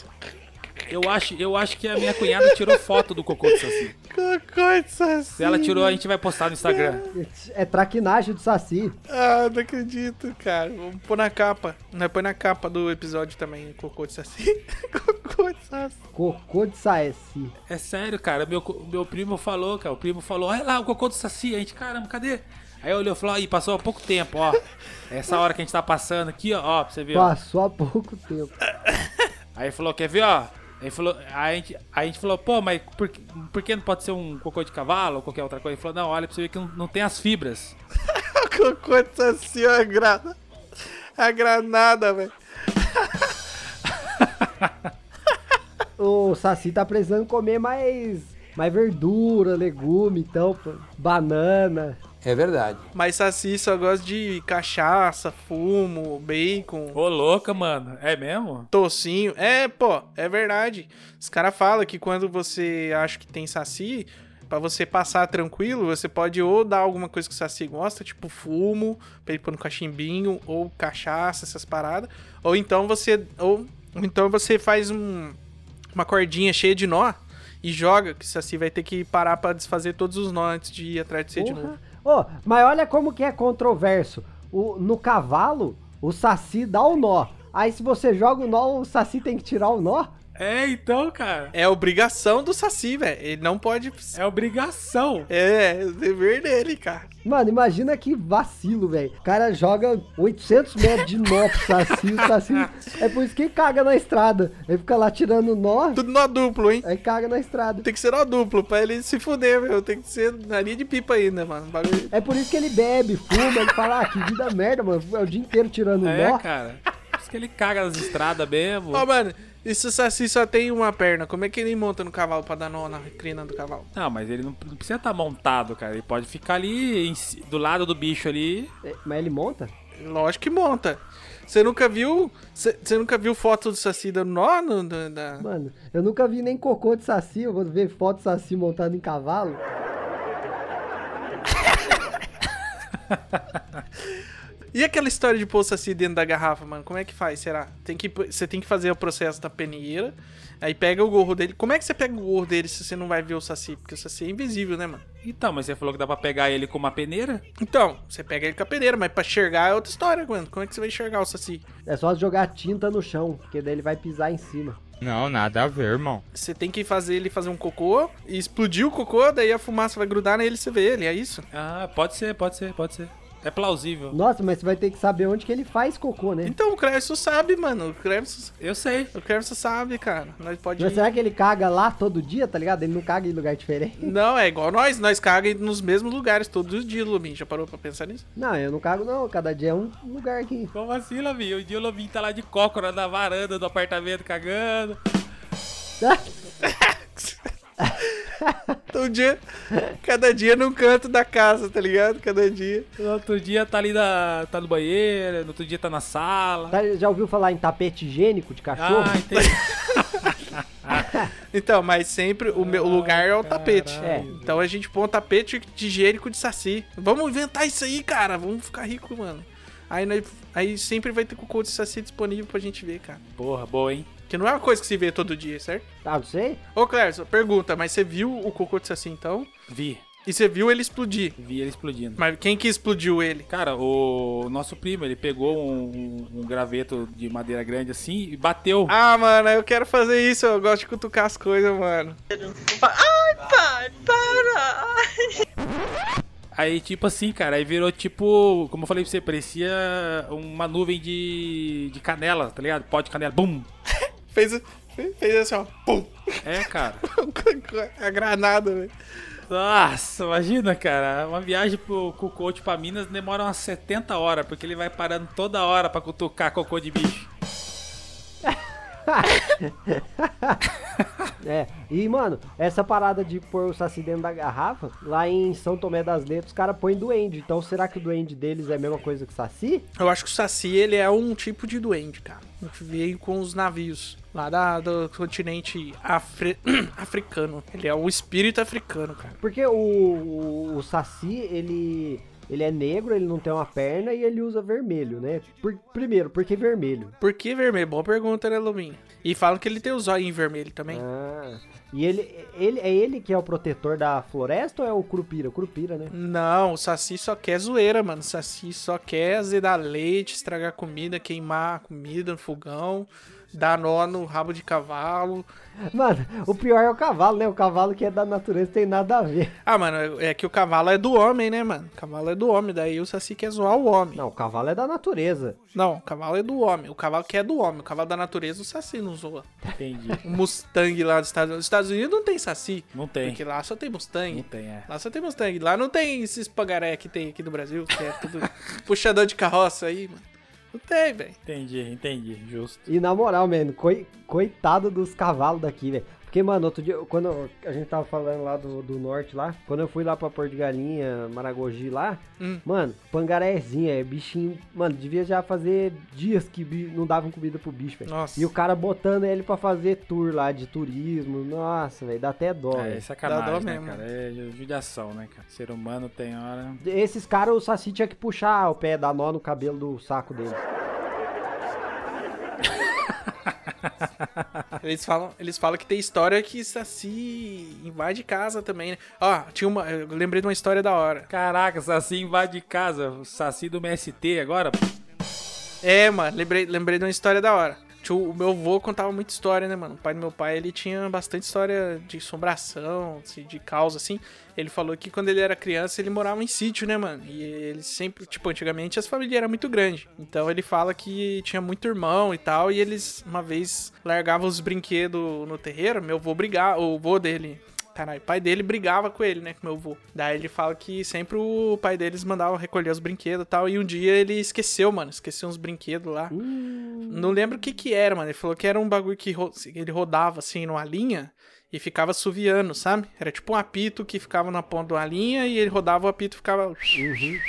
Eu acho que a minha cunhada tirou foto do cocô do Saci. Cocô de Saci. Se ela tirou, a gente vai postar no Instagram. É traquinagem do Saci. Ah, não acredito, cara. Vamos pôr na capa. Põe na capa do episódio também, cocô de Saci. Cocô de Saci. Cocô de Saci. É sério, cara. Meu primo falou, cara. O primo falou, olha lá o cocô do Saci. A gente, caramba, cadê? Aí olhou e falou, aí, passou há pouco tempo, ó. Essa hora que a gente tá passando aqui, ó, pra você ver, ó. Passou há pouco tempo. Aí falou, quer ver, ó? Aí a gente falou, pô, mas por que não pode ser um cocô de cavalo ou qualquer outra coisa? Ele falou, não, olha pra você ver que não tem as fibras. O cocô de Saci é a granada, velho. O Saci tá precisando comer mais verdura, legume, então, pô, banana. É verdade. Mas Saci só gosta de cachaça, fumo, bacon. Ô, louca, mano. É mesmo? Tocinho. É, pô, é verdade. Os caras falam que quando você acha que tem Saci, pra você passar tranquilo, você pode ou dar alguma coisa que o Saci gosta, tipo fumo, pra ele pôr no cachimbinho, ou cachaça, essas paradas. Ou então você faz uma cordinha cheia de nó e joga, que o Saci vai ter que parar pra desfazer todos os nós antes de ir atrás de você de novo. Mas olha como que é controverso. No cavalo, o Saci dá o nó. Aí se você joga o nó, o Saci tem que tirar o nó? É, então, cara. É obrigação do Saci, velho. Ele não pode... É obrigação. É o dever dele, cara. Mano, imagina que vacilo, velho. O cara joga 800 metros de nó pro Saci. O Saci... É por isso que ele caga na estrada. Ele fica lá tirando nó. Tudo nó duplo, hein? Aí caga na estrada. Tem que ser nó duplo pra ele se fuder, meu. Tem que ser na linha de pipa ainda, mano. Bagulho... É por isso que ele bebe, fuma. Ele fala, que vida merda, mano. É o dia inteiro tirando nó. É, cara. Por isso que ele caga nas estradas mesmo. Mano... E se o Saci só tem uma perna, como é que ele monta no cavalo pra dar nó na crina do cavalo? Não, mas ele não precisa estar montado, cara. Ele pode ficar ali do lado do bicho ali. Mas ele monta? Lógico que monta. Você nunca viu foto do Saci dando nó Mano, eu nunca vi nem cocô de Saci. Eu vou ver foto de Saci montado em cavalo. E aquela história de pôr o Saci dentro da garrafa, mano? Como é que faz, será? Você tem que fazer o processo da peneira, aí pega o gorro dele. Como é que você pega o gorro dele se você não vai ver o Saci? Porque o Saci é invisível, né, mano? Então, mas você falou que dá pra pegar ele com uma peneira? Então, você pega ele com a peneira, mas pra enxergar é outra história, mano. Como é que você vai enxergar o Saci? É só jogar tinta no chão, porque daí ele vai pisar em cima. Não, nada a ver, irmão. Você tem que fazer ele fazer um cocô e explodir o cocô, daí a fumaça vai grudar nele e você vê ele, é isso? Ah, pode ser. É plausível. Nossa, mas você vai ter que saber onde que ele faz cocô, né? Então, o Crevson sabe, mano. Eu sei. O Crevson sabe, cara. Nós pode Mas será que ele caga lá todo dia, tá ligado? Ele não caga em lugar diferente? Não, é igual nós. Nós caga nos mesmos lugares todos os dias, Lobinho. Já parou pra pensar nisso? Não, eu não cago não. Cada dia é um lugar aqui. Como assim, Lobinho? Um dia o Lobinho tá lá de cócora na varanda do apartamento cagando. Cada dia num canto da casa, tá ligado? Cada dia. No outro dia tá ali tá no banheiro, no outro dia tá na sala. Já ouviu falar em tapete higiênico de cachorro? Ah, entendi. Então, mas sempre o lugar é o tapete. É. Então a gente põe um tapete higiênico de Saci. Vamos inventar isso aí, cara. Vamos ficar rico, mano. Aí sempre vai ter cocô de Saci disponível pra gente ver, cara. Porra, boa, hein? Que não é uma coisa que se vê todo dia, certo? Ah, não sei. Ô, Clércio, pergunta, mas você viu o cocô de Saci, então? Vi E você viu ele explodir? ele explodindo. Mas quem que explodiu ele? Cara, o nosso primo, ele pegou um graveto de madeira grande assim e bateu. Ah, mano, eu quero fazer isso. Eu gosto de cutucar as coisas, mano. Ai, pai, para! Aí, tipo assim, cara, aí virou tipo, como eu falei pra você, parecia uma nuvem de canela, tá ligado? Pó de canela, bum! Fez assim, ó. Pum! É, cara. A granada, velho. Nossa, imagina, cara, uma viagem com o coach pra Minas demora umas 70 horas, porque ele vai parando toda hora pra cutucar cocô de bicho. É, e mano, essa parada de pôr o Saci dentro da garrafa, lá em São Tomé das Letras, os caras põem duende. Então será que o duende deles é a mesma coisa que o Saci? Eu acho que o Saci, ele é um tipo de duende, cara. Que veio com os navios lá do continente africano. Ele é o espírito africano, cara. Porque o Saci, ele é negro, ele não tem uma perna e ele usa vermelho, né? Primeiro, por que vermelho? Por que vermelho? Boa pergunta, né, Luminha? E falam que ele tem os olhos em vermelho também. Ah, e ele que é o protetor da floresta ou é o Curupira? Curupira, né? Não, o Saci só quer zoeira, mano. O Saci só quer azedar leite, estragar comida, queimar a comida no fogão, dar nó no rabo de cavalo. Mano, o pior é o cavalo, né? O cavalo que é da natureza tem nada a ver. Ah, mano, é que o cavalo é do homem, né, mano? O cavalo é do homem, daí o Saci quer zoar o homem. Não, o cavalo é da natureza. Não, o cavalo é do homem. O cavalo que é do homem. O cavalo da natureza, o Saci não zoa. Entendi. O Mustang lá dos Estados Unidos. Nos Estados Unidos não tem Saci. Não tem. Porque lá só tem Mustang. Não tem, é. Lá só tem Mustang. Lá não tem esses pagaré que tem aqui no Brasil, que é tudo puxador de carroça aí, mano. Não tem, velho. Entendi, justo. E na moral, mano, coitado dos cavalos daqui, velho. Porque, mano, outro dia, quando a gente tava falando lá do norte lá, quando eu fui lá pra Porto de Galinha, Maragogi lá, mano, pangarézinha, bichinho, mano, devia já fazer dias que não davam comida pro bicho, velho. Nossa. E o cara botando ele pra fazer tour lá de turismo, nossa, velho, dá até dó, É velho. sacanagem, Dá dó né, mesmo. cara? É judiação, né, cara? Ser humano tem hora... Esses caras, o Saci tinha que puxar o pé, dar nó no cabelo do saco dele. Eles falam que tem história que Saci invade casa também, né? Ó, eu lembrei de uma história da hora. Caraca, Saci invade casa. O Saci do MST agora. É, mano, lembrei de uma história da hora. O meu avô contava muita história, né, mano? O pai do meu pai, ele tinha bastante história de assombração, de causa, assim. Ele falou que quando ele era criança, ele morava em sítio, né, mano? E ele sempre, tipo, antigamente as famílias eram muito grandes. Então ele fala que tinha muito irmão e tal, e eles, uma vez, largavam os brinquedos no terreiro. Meu avô brigava, o avô dele... Caralho, o pai dele brigava com ele, né, com meu avô. Daí ele fala que sempre o pai deles mandava recolher os brinquedos e tal. E um dia ele esqueceu, mano. Esqueceu uns brinquedos lá. Não lembro o que era, mano. Ele falou que era um bagulho que ele rodava, assim, numa linha e ficava assoviando, sabe? Era tipo um apito que ficava na ponta de uma linha e ele rodava o apito e ficava...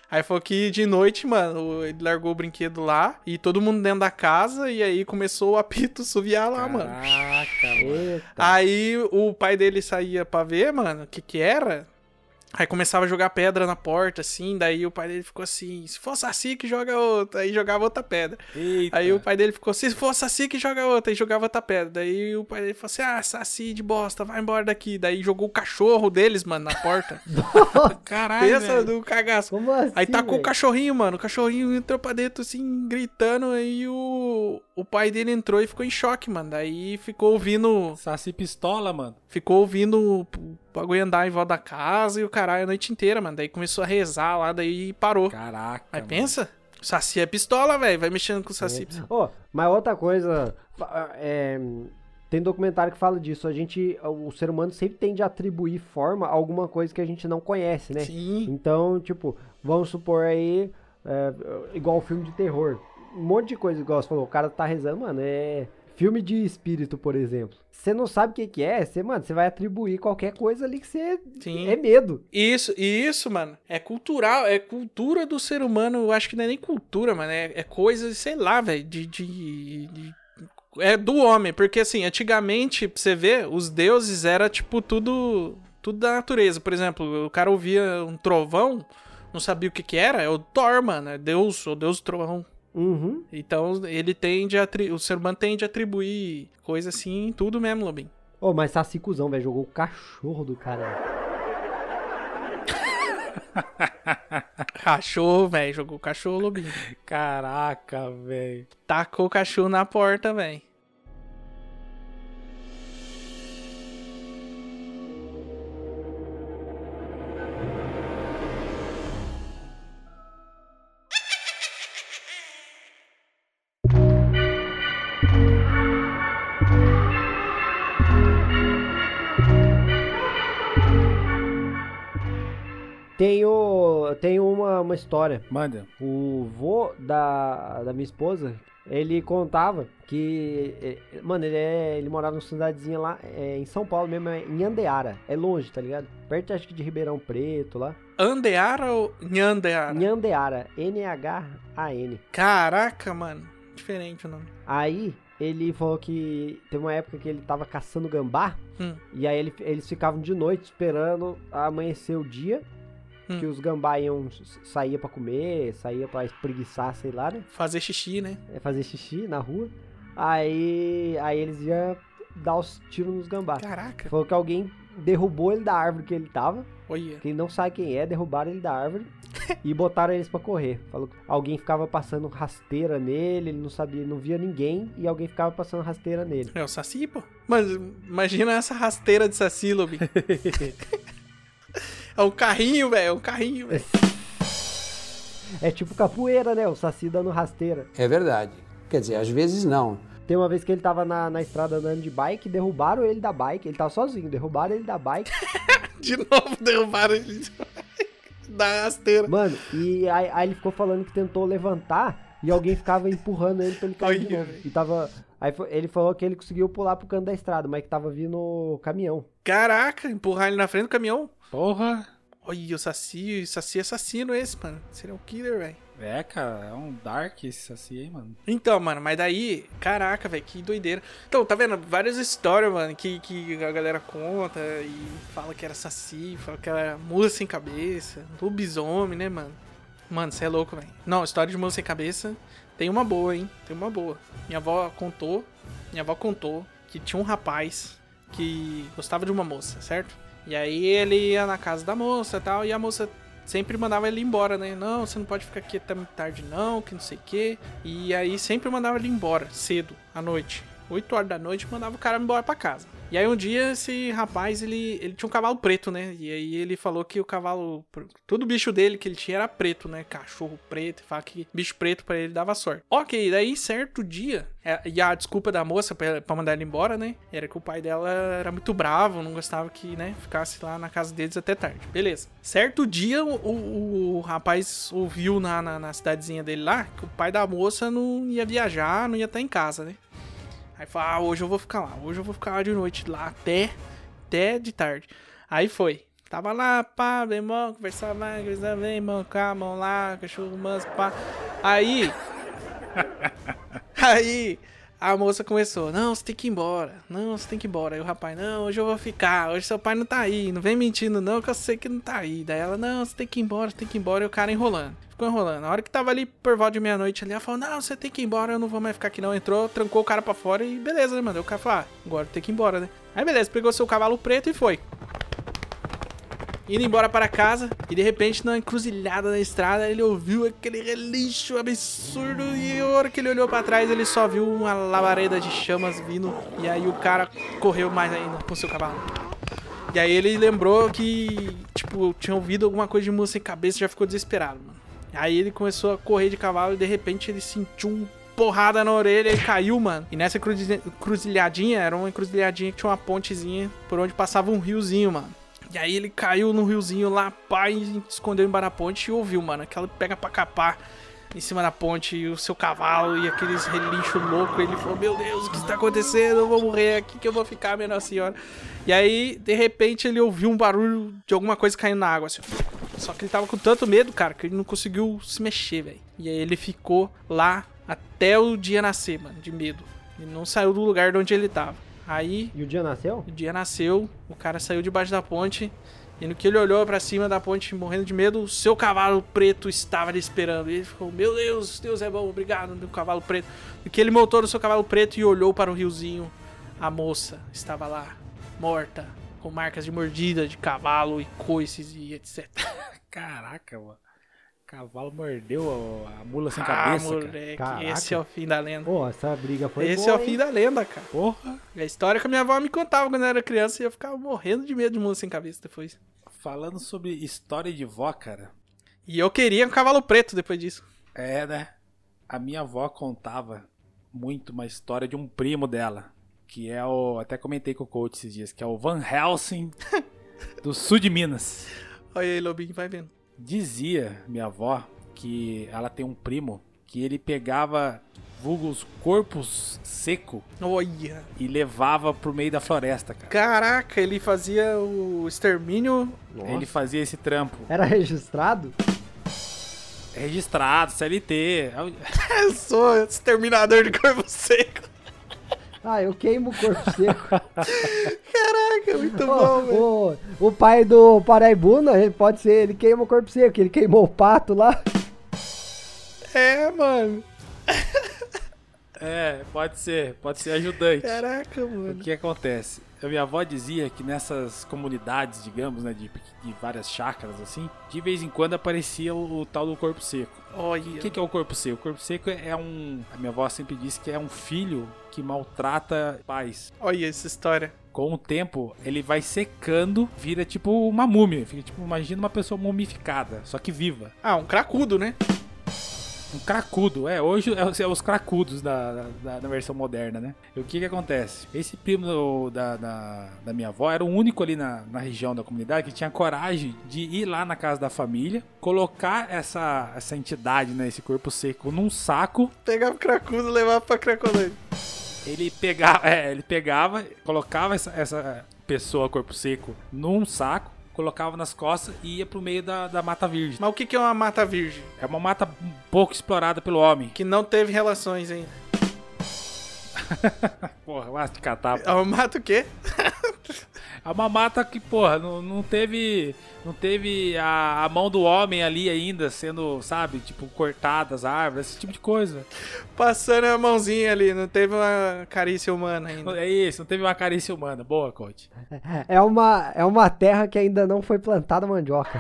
Aí falou que de noite, mano, ele largou o brinquedo lá e todo mundo dentro da casa e aí começou o apito suviar lá, mano. Caraca, mano. Aí o pai dele saía pra ver, mano, o que era. Aí começava a jogar pedra na porta, assim, daí o pai dele ficou assim, se for Saci que joga outra, aí jogava outra pedra. Eita. Aí o pai dele ficou, se for Saci que joga outra, aí jogava outra pedra. Daí o pai dele falou assim, Saci de bosta, vai embora daqui. Daí jogou o cachorro deles, mano, na porta. Caralho, Pensa velho. do cagaço. Como assim, Aí tacou velho? o cachorrinho, mano, o cachorrinho entrou pra dentro, assim, gritando, aí o pai dele entrou e ficou em choque, mano. Daí ficou ouvindo... Saci pistola, mano. Ficou ouvindo o bagulho andar em volta da casa e o caralho a noite inteira, mano. Daí começou a rezar lá, daí parou. Caraca, Aí mano. pensa, o Saci é pistola, velho. Vai mexendo com o Saci. Ô, mas outra coisa, tem documentário que fala disso. O ser humano sempre tende a atribuir forma a alguma coisa que a gente não conhece, né? Sim. Então, tipo, vamos supor aí, igual filme de terror. Um monte de coisa, igual você falou, o cara tá rezando, mano, filme de espírito, por exemplo. Você não sabe o que é, você vai atribuir qualquer coisa ali que você Sim. é medo. Isso, mano. É cultural, é cultura do ser humano. Eu acho que não é nem cultura, mano. É coisa, sei lá, velho, é do homem. Porque, assim, antigamente, pra você ver, os deuses era, tipo, tudo da natureza. Por exemplo, o cara ouvia um trovão, não sabia o que era, é o Thor, mano. É Deus, o Deus do trovão. Uhum. Então, ele o ser humano tende a atribuir coisa assim em tudo mesmo, Lobinho. Ô, mas Saci cuzão, velho, jogou o cachorro do cara. Cachorro, velho, jogou o cachorro, Lobinho. Caraca, velho. Tacou o cachorro na porta, velho. Tenho uma história. Manda. O vô da minha esposa, ele contava que, mano, ele morava numa cidadezinha lá em São Paulo mesmo, em Andeara. É longe, tá ligado? Perto, acho que de Ribeirão Preto lá. Andeara ou Nhandeara? Nhandeara, N-H-A-N. Caraca, mano. Diferente o nome. Aí, ele falou que teve uma época que ele tava caçando gambá. E aí eles ficavam de noite esperando amanhecer o dia. Que os gambá saía pra comer, saía pra espreguiçar, sei lá, né? Fazer xixi, né? Fazer xixi na rua. Aí eles iam dar os tiros nos gambá. Caraca. Falou que alguém derrubou ele da árvore que ele tava. Olha. Que ele não sabe quem é, derrubaram ele da árvore e botaram eles pra correr. Falou que alguém ficava passando rasteira nele, ele não sabia, não via ninguém e alguém ficava passando rasteira nele. É o Saci, pô. Mas imagina essa rasteira de Saci, Lobinho. É um carrinho, velho, é um carrinho, velho. É tipo capoeira, né? O Saci dando rasteira. É verdade. Quer dizer, às vezes não. Tem uma vez que ele tava na estrada andando de bike, derrubaram ele da bike. Ele tava sozinho, derrubaram ele da bike. De novo derrubaram ele da rasteira. Mano, e aí ele ficou falando que tentou levantar e alguém ficava empurrando ele pra ele cair de novo. E tava... Aí ele falou que ele conseguiu pular pro canto da estrada, mas que tava vindo o caminhão. Caraca, empurrar ele na frente do caminhão? Porra. Olha, o Saci é assassino esse, mano. Serial killer, velho. É, cara, é um dark esse Saci aí, mano. Então, mano, mas daí, caraca, velho, que doideira. Então, tá vendo? Várias histórias, mano, que a galera conta e fala que era Saci, fala que era mula sem cabeça, lobisomem, né, mano? Mano, você é louco, velho. Não, história de mula sem cabeça tem uma boa, hein? Tem uma boa. Minha avó contou que tinha um rapaz que gostava de uma moça, certo? E aí ele ia na casa da moça e tal, e a moça sempre mandava ele embora, né? Não, você não pode ficar aqui até muito tarde não, que não sei o quê. E aí sempre mandava ele embora, cedo, à noite. 8 horas da noite, mandava o cara embora pra casa. E aí um dia esse rapaz, ele tinha um cavalo preto, né? E aí ele falou que o cavalo... Todo bicho dele que ele tinha era preto, né? Cachorro preto. E fala que bicho preto pra ele dava sorte. Ok, daí certo dia... E a desculpa da moça pra mandar ele embora, né? Era que o pai dela era muito bravo, não gostava que, né? Ficasse lá na casa deles até tarde. Beleza. Certo dia, o rapaz ouviu na cidadezinha dele lá que o pai da moça não ia viajar, não ia estar em casa, né? Aí falou, hoje eu vou ficar lá de noite lá até de tarde. Aí foi. Tava lá, pá, bem bom, conversava, bem bom, com a mão lá, cachorro manso, pá. Aí a moça começou, não, você tem que ir embora. Aí o rapaz, não, hoje eu vou ficar, hoje seu pai não tá aí, não vem mentindo não, que eu sei que não tá aí. Daí ela, não, você tem que ir embora, e o cara enrolando. Ficou enrolando. Na hora que tava ali por volta de meia-noite ali, ela falou, não, você tem que ir embora, eu não vou mais ficar aqui não. Entrou, trancou o cara pra fora e beleza, né, mano? Aí o cara falou, agora tem que ir embora, né? Aí beleza, pegou seu cavalo preto e foi. Indo embora para casa, e de repente na encruzilhada da estrada ele ouviu aquele relincho absurdo. E a hora que ele olhou para trás ele só viu uma labareda de chamas vindo. E aí o cara correu mais ainda com seu cavalo. E aí ele lembrou que, tipo, tinha ouvido alguma coisa de música sem cabeça e já ficou desesperado, mano. Aí ele começou a correr de cavalo e de repente ele sentiu um porrada na orelha e caiu, mano. E nessa encruzilhadinha, era uma encruzilhadinha que tinha uma pontezinha por onde passava um riozinho, mano. E aí ele caiu no riozinho lá, pá, e escondeu embaixo da ponte e ouviu, mano, aquela pega pra capar em cima da ponte e o seu cavalo e aqueles relinchos loucos. Ele falou, meu Deus, o que está acontecendo? Eu vou morrer aqui que eu vou ficar, minha Nossa Senhora. E aí, de repente, ele ouviu um barulho de alguma coisa caindo na água, assim. Só que ele tava com tanto medo, cara, que ele não conseguiu se mexer, velho. E aí ele ficou lá até o dia nascer, mano, de medo. Ele não saiu do lugar de onde ele tava. Aí... E o dia nasceu? O dia nasceu, o cara saiu debaixo da ponte, e no que ele olhou pra cima da ponte, morrendo de medo, o seu cavalo preto estava ali esperando. E ele falou, meu Deus, Deus é bom, obrigado, meu cavalo preto. No que ele montou no seu cavalo preto e olhou para o riozinho, a moça estava lá, morta, com marcas de mordida de cavalo e coices e etc. Caraca, mano. Cavalo mordeu a mula sem cabeça, moleque, cara. Esse é o fim da lenda. Pô, essa briga foi Esse boa, é o fim da lenda, cara. Porra. É a história que a minha avó me contava quando eu era criança e eu ficava morrendo de medo de mula sem cabeça depois. Falando sobre história de vó, cara. E eu queria um cavalo preto depois disso. É, né? A minha avó contava muito uma história de um primo dela, que é o... Até comentei com o coach esses dias, que é o Van Helsing do sul de Minas. Olha aí, Lobinho, vai vendo. Dizia minha avó que ela tem um primo que ele pegava vulgos corpos seco Olha. e levava pro meio da floresta, cara. Caraca, ele fazia o extermínio. Nossa. Ele fazia esse trampo. Era registrado? Registrado, CLT. Eu sou exterminador de corpo seco. Ah, eu queimo o corpo seco. Caraca, muito bom, velho. O pai do Paraibuna, ele pode ser, ele queima o corpo seco, ele queimou o pato lá. É, mano. É, pode ser ajudante. Caraca, mano. O que acontece? A minha avó dizia que nessas comunidades, digamos, né, de várias chácaras, assim, de vez em quando aparecia o tal do corpo seco. Olha. O que é o corpo seco? O corpo seco é um... A minha avó sempre disse que é um filho que maltrata pais. Olha essa história. Com o tempo, ele vai secando, vira tipo uma múmia. Fica tipo, imagina uma pessoa mumificada, só que viva. Ah, um cracudo, né? Um cracudo, hoje é os cracudos da versão moderna, né? E o que acontece? Esse primo da minha avó era o único ali na região da comunidade que tinha coragem de ir lá na casa da família, colocar essa entidade, né, esse corpo seco, num saco. Pegava o cracudo e levava pra Cracolândia. Ele pegava, colocava essa pessoa, corpo seco, num saco, colocava nas costas e ia pro meio da mata virgem. Mas o que é uma mata virgem? É uma mata pouco explorada pelo homem. Que não teve relações ainda. Porra, vai te catar. É uma mata o quê? É uma mata que, porra, não teve a mão do homem ali ainda sendo, sabe, tipo, cortadas as árvores, esse tipo de coisa. Passando a mãozinha ali, não teve uma carícia humana ainda. É isso, não teve uma carícia humana. Boa, coach. É uma terra que ainda não foi plantada mandioca.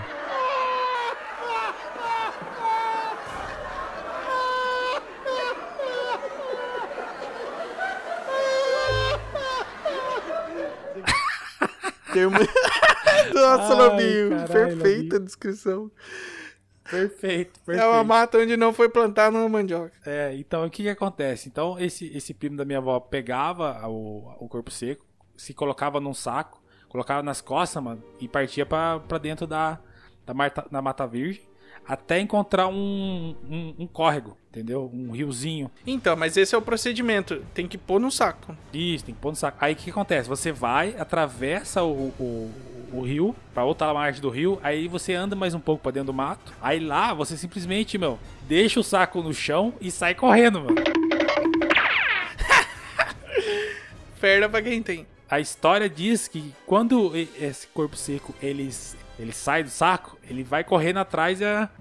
Nossa, Lobinho. Carai, Perfeita Lobinho. descrição. Perfeito. É uma mata onde não foi plantada uma mandioca. Então o que acontece? Então esse primo da minha avó pegava o corpo seco, se colocava num saco, colocava nas costas, mano, e partia pra dentro da mata virgem. até encontrar um córrego, entendeu? Um riozinho. Então, mas esse é o procedimento. Tem que pôr no saco. Isso, tem que pôr no saco. Aí o que acontece? Você vai, atravessa o rio, pra outra margem do rio, aí você anda mais um pouco pra dentro do mato. Aí lá, você simplesmente, deixa o saco no chão e sai correndo, mano. Perda pra quem tem. A história diz que quando esse corpo seco, ele sai do saco, ele vai correndo atrás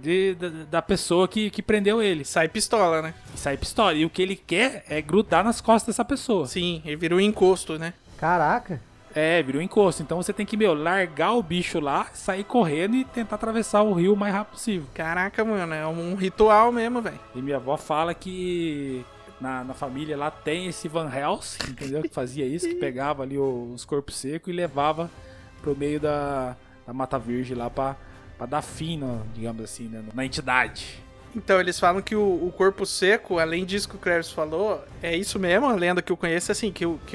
da pessoa que prendeu ele. Sai pistola, né? Sai pistola. E o que ele quer é grudar nas costas dessa pessoa. Sim, ele virou um encosto, né? Caraca. Virou um encosto. Então você tem que, largar o bicho lá, sair correndo e tentar atravessar o rio o mais rápido possível. Caraca, mano, é um ritual mesmo, velho. E minha avó fala que na família lá tem esse Van Helsing, entendeu? Que fazia isso, que pegava ali os corpos secos e levava pro meio da Mata Virgem lá pra dar fim, digamos assim, né, na entidade. Então, eles falam que o corpo seco, além disso que o Cleves falou, é isso mesmo, a lenda que eu conheço, assim,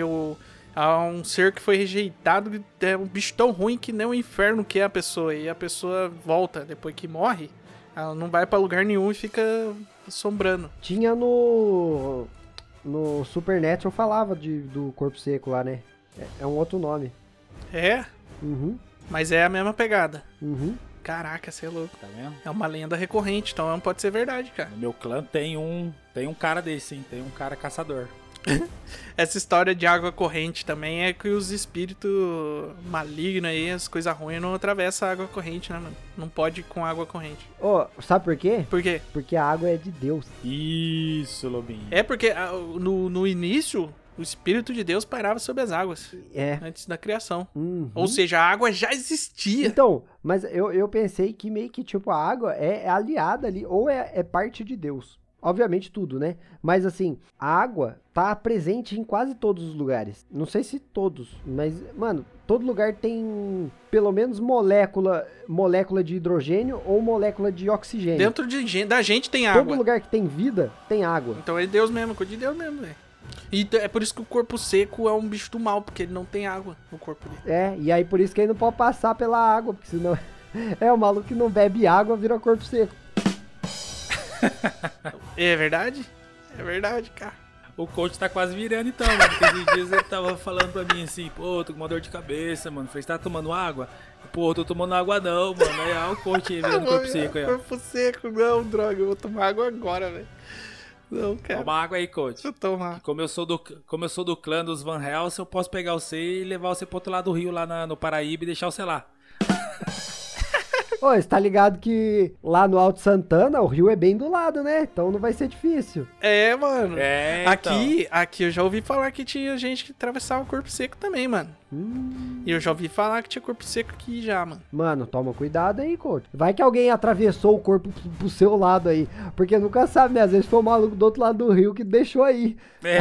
há um ser que foi rejeitado, é um bicho tão ruim que nem o inferno que é a pessoa, e a pessoa volta, depois que morre, ela não vai pra lugar nenhum e fica assombrando. Tinha no Supernatural, falava do corpo seco lá, né? É um outro nome. É? Uhum. Mas é a mesma pegada. Uhum. Caraca, você é louco. Tá vendo? É uma lenda recorrente, então não pode ser verdade, cara. No meu clã tem um cara desse, hein? Tem um cara caçador. Essa história de água corrente também é que os espíritos malignos aí, as coisas ruins, não atravessam a água corrente, né, mano? Não pode ir com água corrente. Sabe por quê? Por quê? Porque a água é de Deus. Isso, Lobinho. É porque no início, o Espírito de Deus pairava sobre as águas. Antes da criação. Uhum. Ou seja, a água já existia. Então, mas eu pensei que meio que, tipo, a água é aliada ali, ou é parte de Deus. Obviamente tudo, né? Mas assim, a água tá presente em quase todos os lugares. Não sei se todos, mas, mano, todo lugar tem pelo menos molécula de hidrogênio ou molécula de oxigênio. Dentro da gente tem água. Todo lugar que tem vida, tem água. Então é Deus mesmo, coisa de Deus mesmo, velho. E é por isso que o corpo seco é um bicho do mal, porque ele não tem água no corpo dele. E aí por isso que ele não pode passar pela água, porque senão o maluco que não bebe água vira corpo seco. É verdade? É verdade, cara. O coach tá quase virando então, mano. Porque esses dias ele tava falando pra mim assim, pô, tô com uma dor de cabeça, mano. Falei, você tá tomando água? Pô, tô tomando água não, mano. Aí o coach aí virando corpo seco aí, ó. Corpo seco, não, droga. Eu vou tomar água agora, velho. Não, cara. Toma água aí, coach. Deixa eu tomar. Como eu sou do clã dos Van Helsing, eu posso pegar você e levar você pro outro lado do rio, lá no Paraíba, e deixar você lá. Ô, você tá ligado que lá no Alto Santana o rio é bem do lado, né? Então não vai ser difícil. É, mano. Então. Aqui eu já ouvi falar que tinha gente que atravessava o corpo seco também, mano. E eu já ouvi falar que tinha corpo seco aqui já, mano. Mano, toma cuidado aí, coach. Vai que alguém atravessou o corpo pro seu lado aí. Porque nunca sabe, né? Às vezes foi o maluco do outro lado do rio que deixou aí.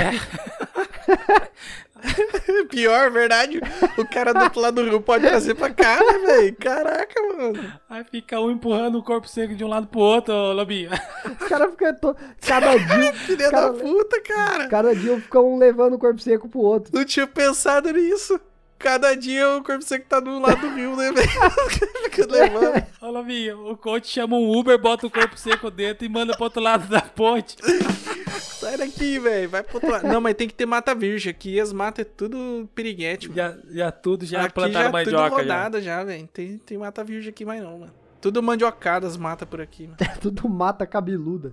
Pior, verdade. O cara do outro lado do rio pode trazer pra cá, né, velho? Caraca, mano. Aí fica um empurrando o corpo seco de um lado pro outro, ô, Lobinho. Os caras ficam cada dia. Filha da puta, cara. Cada dia fica um levando o corpo seco pro outro. Não tinha pensado nisso. Cada dia o corpo seco tá do lado do rio, né, velho? Fica levando. Ô, Lobinho, o coach chama um Uber, bota o corpo seco dentro e manda pro outro lado da ponte. Sai daqui, velho. Vai pro outro lado. Não, mas tem que ter mata virgem. Aqui as matas é tudo piriguete, mano. Já tudo já aqui plantaram já mandioca. Tudo rodada já, velho. Tem mata virgem aqui mais não, mano. Tudo mandiocada as matas por aqui, mano. Tudo mata cabeluda.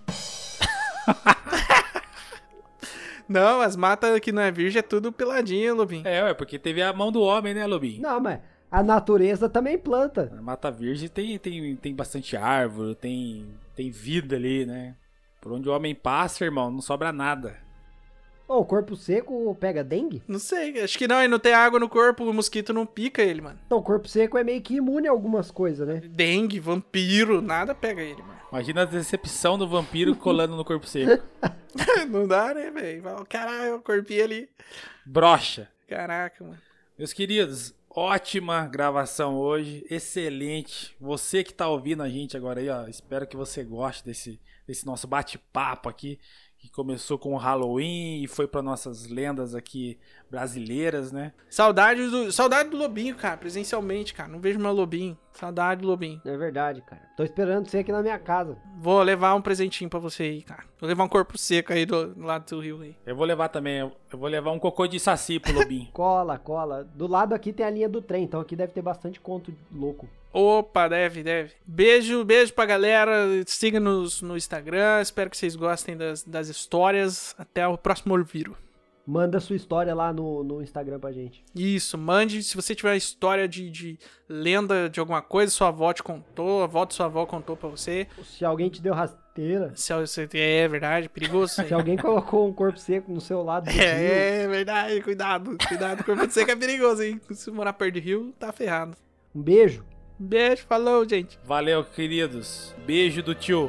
Não, as matas que não é virgem é tudo peladinha, Lobinho. Porque teve a mão do homem, né, Lobinho? Não, mas a natureza também planta. A Mata Virgem tem bastante árvore, tem vida ali, né? Por onde o homem passa, irmão, não sobra nada. O corpo seco pega dengue? Não sei, acho que não, ele não tem água no corpo, o mosquito não pica ele, mano. Então, o corpo seco é meio que imune a algumas coisas, né? Dengue, vampiro, nada pega ele, mano. Imagina a decepção do vampiro colando no corpo seco. Não dá, né, velho? Caralho, o corpinho ali. Brocha. Caraca, mano. Meus queridos, ótima gravação hoje, excelente. Você que tá ouvindo a gente agora aí, ó, espero que você goste desse nosso bate-papo aqui, que começou com o Halloween e foi para nossas lendas aqui brasileiras, né? Saudade do Lobinho, cara, presencialmente, cara. Não vejo meu Lobinho. Saudade do Lobinho. É verdade, cara. Tô esperando você aqui na minha casa. Vou levar um presentinho pra você aí, cara. Vou levar um corpo seco aí do lado do rio aí. Eu vou levar também, eu vou levar um cocô de saci pro Lobinho. Cola. Do lado aqui tem a linha do trem, então aqui deve ter bastante conto louco. Opa, deve. Beijo pra galera. Siga-nos no Instagram. Espero que vocês gostem das histórias. Até o próximo Olviro. Manda sua história lá no Instagram pra gente. Isso, mande. Se você tiver história de lenda de alguma coisa, sua avó te contou, a avó de sua avó contou pra você. Se alguém te deu rasteira. É verdade, perigoso. Se alguém colocou um corpo seco no seu lado do rio. É verdade, cuidado. O corpo seco é perigoso, hein? Se morar perto de rio, tá ferrado. Um beijo. Beijo, falou, gente. Valeu, queridos. Beijo do tio.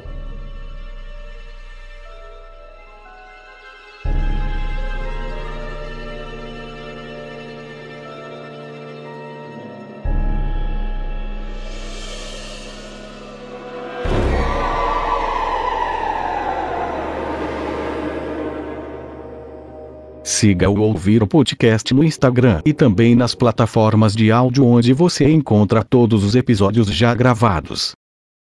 Siga o Ouvir o Podcast no Instagram e também nas plataformas de áudio onde você encontra todos os episódios já gravados.